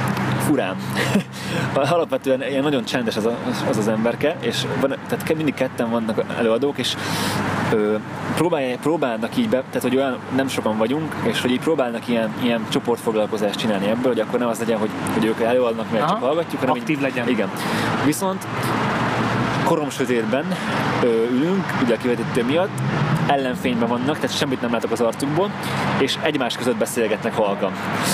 furán. Alapvetően ilyen nagyon csendes az, a, az az emberke, és van, tehát mindig ketten vannak előadók, és ö, próbálják, próbálnak így be, tehát hogy olyan nem sokan vagyunk, és hogy így próbálnak ilyen, ilyen csoportfoglalkozást csinálni ebből, hogy akkor nem az legyen, hogy, hogy ők előadnak, mert csak hallgatjuk, hanem aktív így, legyen. Igen. Viszont koromsötétben ö, ülünk, ugye a kivetítő miatt, ellenfényben vannak, tehát semmit nem látok az arcukból, és egymás között beszélgetnek halkan.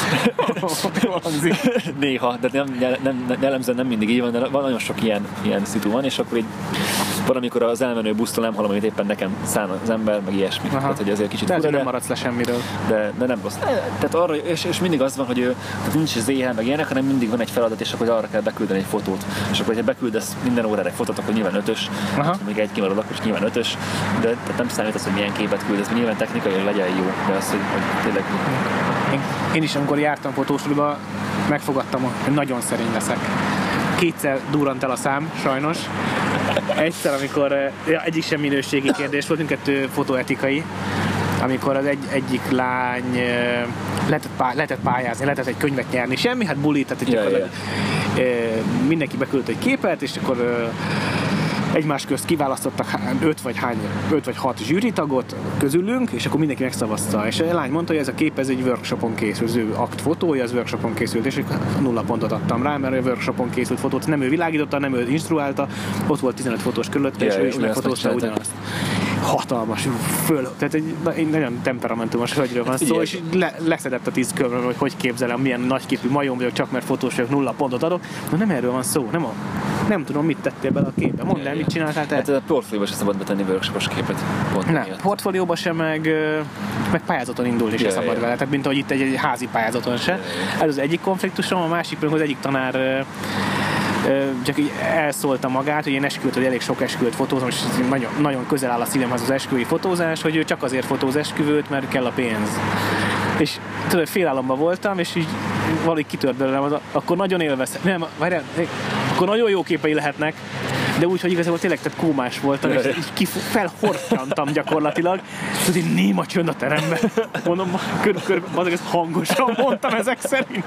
Néha, de nem, nem, nem, jellemzően nem mindig így van, de van nagyon sok ilyen, ilyen szitu van, és akkor így valamikor az elmenő busztól nem hallom, amit éppen nekem szán az ember, meg ilyesmi. Aha. Tehát, hogy azért kicsit de fura, nem maradsz le semmiről. De, de nem rossz. Tehát arra, és, és mindig az van, hogy tehát nincs zé há meg ilyenek, hanem mindig van egy feladat, és akkor arra kell beküldeni egy fotót. És akkor, ha beküldesz minden órára egy fotót, akkor nyilván ötös, még egy kimarad, akkor is nyilván ötös, de tehát nem számít az, hogy milyen képet küldesz, mert nyilván technikai legyen jó, de az, hogy, hogy tényleg... Én, én is, amikor jártam fotósuliba, megfogadtam, hogy nagyon szerény leszek. Kétszer durrant el a szám, sajnos. Egyszer, amikor ja, egyik sem minőségi kérdés volt, mindkettő fotóetikai, amikor az egy, egyik lány lehetett, pá, lehetett pályázni, lehetett egy könyvet nyerni, semmi, hát bulit, tehát ja, ja. mindenki beküldött egy képet, és akkor egymás közt kiválasztottak öt vagy hány, öt vagy hat zsűritagot közülünk, és akkor mindenki megszavazta. És a lány mondta, hogy ez a kép ez egy workshopon készült, az ő akt fotója, az workshopon készült, és nulla pontot adtam rá, mert a workshopon készült fotót nem ő világította, nem ő instruálta, ott volt tizenöt fotós körülött, és ő is megfotózta ugyanazt. Hatalmas, föl, tehát egy, egy nagyon temperamentumos hölgyről van szó, és le, leszedett a tíz körben, hogy hogy képzelem, milyen nagyképű majom vagyok, csak mert fotós vagyok, nulla pontot adok. Na nem erről van szó, nem a nem tudom, mit tettél bele a képbe. Mondd el, mit csináltál te? Hát a portfólióba sem szabad betenni workshopos képet. Pont nem, portfólióba sem, meg, meg pályázaton indulni sem szabad yeah. vele. Tehát mint ahogy itt egy, egy házi pályázaton se. Yeah. Ez az egyik konfliktusom, a másik pedig az egyik tanár csak így elszólta magát, hogy én esküvőt, hogy elég sok esküvőt fotózom, és nagyon, nagyon közel áll a szívemhez az esküvői fotózás, hogy ő csak azért fotóz esküvőt, mert kell a pénz. És tudod, félálomban voltam, és így valahogy kitört belőlem, az, akkor nagyon élveztem. Nem, várjál, akkor nagyon jó képei lehetnek, de úgy, hogy igazából tényleg tehát kómás voltam, és így kif- felhortyantam gyakorlatilag. Tudod, én néma csönd a teremben. Mondom, körül-körül, azok ezt hangosan mondtam ezek szerint.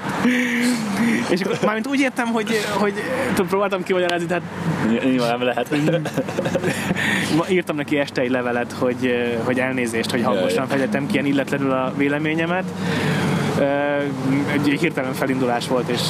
És akkor mármint úgy értem, hogy, hogy tudom, próbáltam kimagyarázni, tehát... Nyilván nem lehet. Írtam neki este egy levelet, hogy, hogy elnézést, hogy hangosan fejtettem ki ilyen illetlenül a véleményemet. Egy hirtelen felindulás volt, és,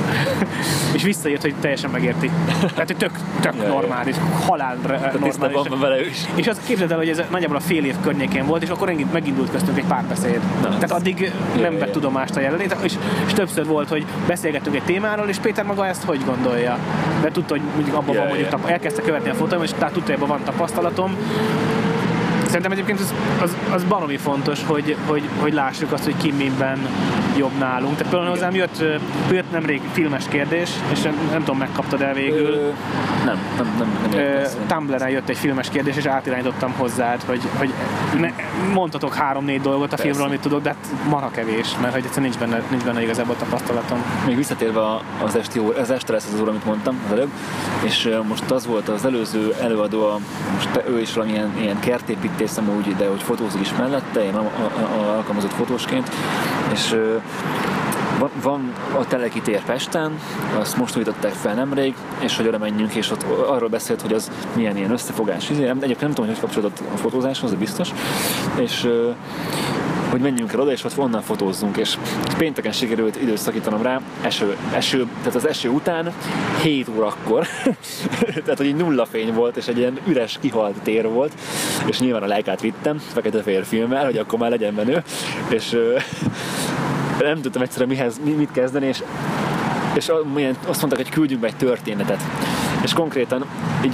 és visszaírt, hogy teljesen megérti. Tehát, hogy tök, tök normális, halál normális. És, és azt képzeld el, hogy ez nagyjából a fél év környékén volt, és akkor megindult köztünk egy párbeszéd. Tehát addig nem vett tudomást a jelenlét, és, és többször volt, hogy beszélgettünk egy témáról, és Péter maga ezt hogy gondolja. Mert tudta, hogy mondjuk abban van, mondjuk tap- elkezdte követni a fotóim, és tehát tudta, hogy abban van tapasztalatom. Szerintem egyébként az, az, az baromi fontos, hogy, hogy, hogy lássuk azt, hogy ki miben jobb nálunk. Tehát például hozzám jött, jött nemrég filmes kérdés, és nem, nem tudom, megkaptad el végül. Ö, nem, nem, nem. nem Ö, Tumblr-en jött egy filmes kérdés, és átirányítottam hozzád, hogy, hogy ne, mondhatok három-négy dolgot a filmről, amit tudok, de hát marha kevés, mert hogy egyszerűen nincs benne, nincs benne igazából tapasztalatom. Még visszatérve az esti óra, az este lesz az óra, amit mondtam az előbb, és most az volt az előző előadó, most ő is valamilyen ilyen kertépítés úgy, de hogy fotózik is mellette, én a, a, a alkalmazott fotósként, és van, van a Teleki tér Pesten, azt most újították fel nemrég, és hogy oda menjünk, és ott arról beszélt, hogy az milyen ilyen összefogás. Egyébként nem tudom, hogy hogy kapcsolódott a fotózáshoz, de biztos, és hogy menjünk el oda, és ott onnan fotózzunk, és pénteken sikerült időszakítanom rá, eső, eső, tehát az eső után hét órakor, tehát hogy így nulla fény volt, és egy ilyen üres, kihalt tér volt, és nyilván a Leicát vittem, fekete-fehér filmmel, hogy akkor már legyen menő, és ö, nem tudtam egyszerűen mihez, mit kezdeni, és, és azt mondták, hogy küldjünk be egy történetet, és konkrétan így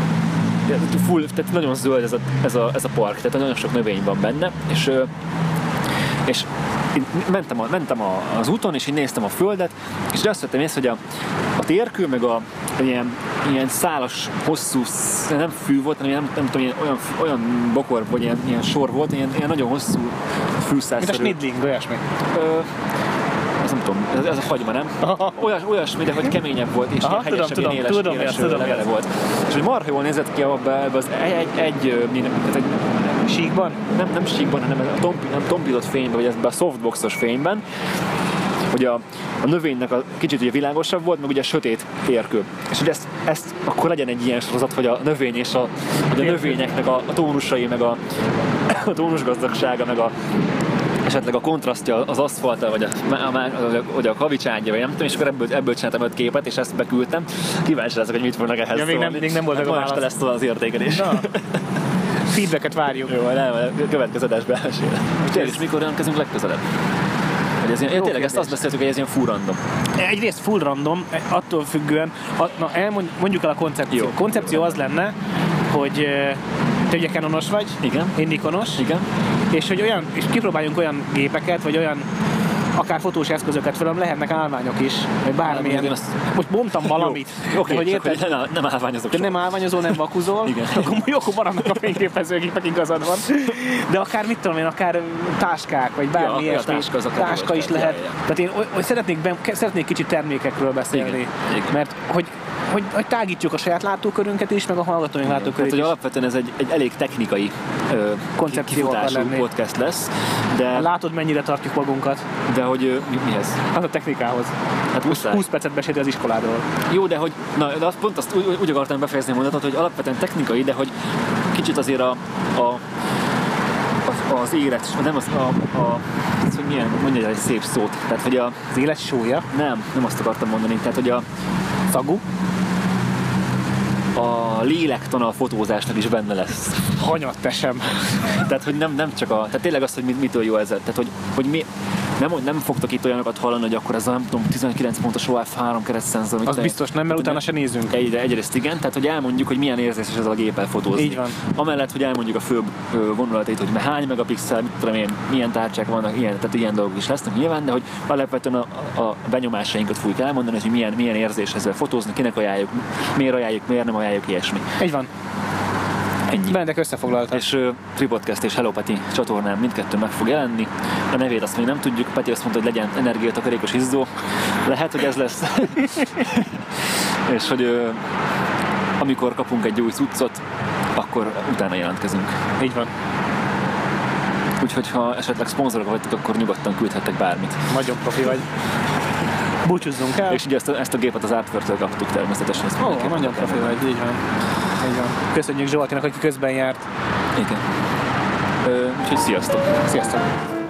full, tehát nagyon zöld ez a, ez a, ez a park, tehát nagyon sok növény van benne, és és mentem, a, mentem a, az úton, és így néztem a földet, és azt vettem észre, hogy a, a térkő, meg a ilyen, ilyen szálas, hosszú, nem fű volt, hanem nem, nem tudom, ilyen, olyan, olyan bokor, vagy ilyen, ilyen sor volt, ilyen, ilyen nagyon hosszú fűszálszerű. Mint a snidling, olyasmi. Ez nem tudom, ez, ez a hagyma, nem? Olyas, olyasmi, de hogy keményebb volt, és aha, ilyen hegyesebb, tudom, ilyen éles, tudom, éles tudom, levele tudom, volt. És hogy marha jól nézett ki abba, az egy, egy, egy, egy síkban? Nem, nem síkban, hanem a tompilott fényben, vagy ebben a softboxos fényben. hogy a, a növénynek a kicsit ugye világosabb volt, meg ugye sötét térkő. És hogy ezt, ezt akkor legyen egy ilyen sorozat, hogy a növény és a, hogy a növényeknek a, a tónusai, meg a, a tónusgazdagsága, meg a esetleg a kontrasztja az aszfalttal, vagy a, a, a, a kavicságya, vagy nem tudom, és akkor ebből, ebből csináltam öt képet, és ezt beküldtem. Kíváncsi leszek, hogy mit fognak ehhez ja, még szólni. nem, még nem volt meg a válasz. lesz az értékelés. Na. Feedbacket várjuk. Jó, nem, a következő adásban elmesélem. És mikor jelentkezünk legközelebb? Hogy ez ilyen, tényleg ezt azt beszéltük, hogy ez ilyen full random. Egyrészt full random, attól függően, ha, na elmond, mondjuk el a koncepció. A koncepció az lenne, hogy te ugye Canonos vagy, igen. Én Nikonos, igen. És hogy olyan, és kipróbáljunk olyan gépeket, vagy olyan akár fotós eszközöket velem, lehetnek állványok is, vagy bármilyen. Azt... Most mondtam valamit. Jó, oké, hogy érted, hogy nem, nem állványozok. De nem állványozol, nem vakuzol. Igen. Akkor jó, akkor maradnak a fényképezőgépek, igazad van. De akár mit tudom én, akár táskák, vagy bármi ja, ilyesmi. Táska, táska is lehet. Ja, ja. Tehát én hogy szeretnék, be, szeretnék kicsit termékekről beszélni. Igen. Igen. Mert hogy Hogy, hogy tágítjuk a saját látókörünket is, meg a hallgatóink látókörét hát, is. hogy alapvetően ez egy, egy elég technikai ö, kifutású podcast lesz. De... Látod, mennyire tartjuk magunkat. De hogy mi, mihez? Hát a technikához. Hát húsz percet beszélni az iskoládról. Jó, de hogy, na, de azt, pont azt úgy, úgy akartam befejezni a mondatot, hogy alapvetően technikai, de hogy kicsit azért a, a az, az élet, nem az a, a az, hogy milyen, mondja egy szép szót. Tehát, hogy a, az élet sója? Nem, nem azt akartam mondani. Tehát, hogy a szagú? A lélektana a fotózásnak is benne lesz. Hanyat te sem. Tehát, hogy nem, nem csak a... Tehát tényleg az, hogy mit, mitől jó ez. Tehát, hogy, hogy mi... Nem, nem fogtok itt olyanokat hallani, hogy akkor ez a nem tudom, tizenkilenc pontos o ef három keresztszenzor. Az te, biztos nem, mert utána se nézünk. Egyre, egyrészt igen, tehát hogy elmondjuk, hogy milyen érzéses ez a géppel fotózni. Így van. Amellett, hogy elmondjuk a főbb vonulatait, hogy hány megapixel, mit tudom én, milyen tárcsák vannak, ilyen, tehát ilyen dolgok is lesznek nyilván, de hogy alapvetően a, a benyomásainkat fogjuk elmondani, hogy milyen, milyen érzés ezzel fotózni, kinek ajánljuk, miért ajánljuk, miért nem ajánljuk, ilyesmi. Így van. Ennyi. Benedek összefoglalta. És uh, Tripodcast és Hello Peti csatornán mindkettő meg fog jelenni. A nevét azt még nem tudjuk. Peti azt mondta, hogy legyen energiatakarékos izzó. Lehet, hogy ez lesz. És hogy uh, amikor kapunk egy új cuccot, akkor utána jelentkezünk. Így van. Úgyhogy ha esetleg szponzorok vagytok, akkor nyugodtan küldhettek bármit. Nagyon profi vagy. Búcsúzzunk el. És ugye ezt a, ezt a gépet az Artworktől kaptuk természetesen. Ó, oh, nagyon profi vagy, így van. Így van. Köszönjük Zsoltinak, aki közben járt. Igen. Ö, úgyhogy sziasztok! Sziasztok!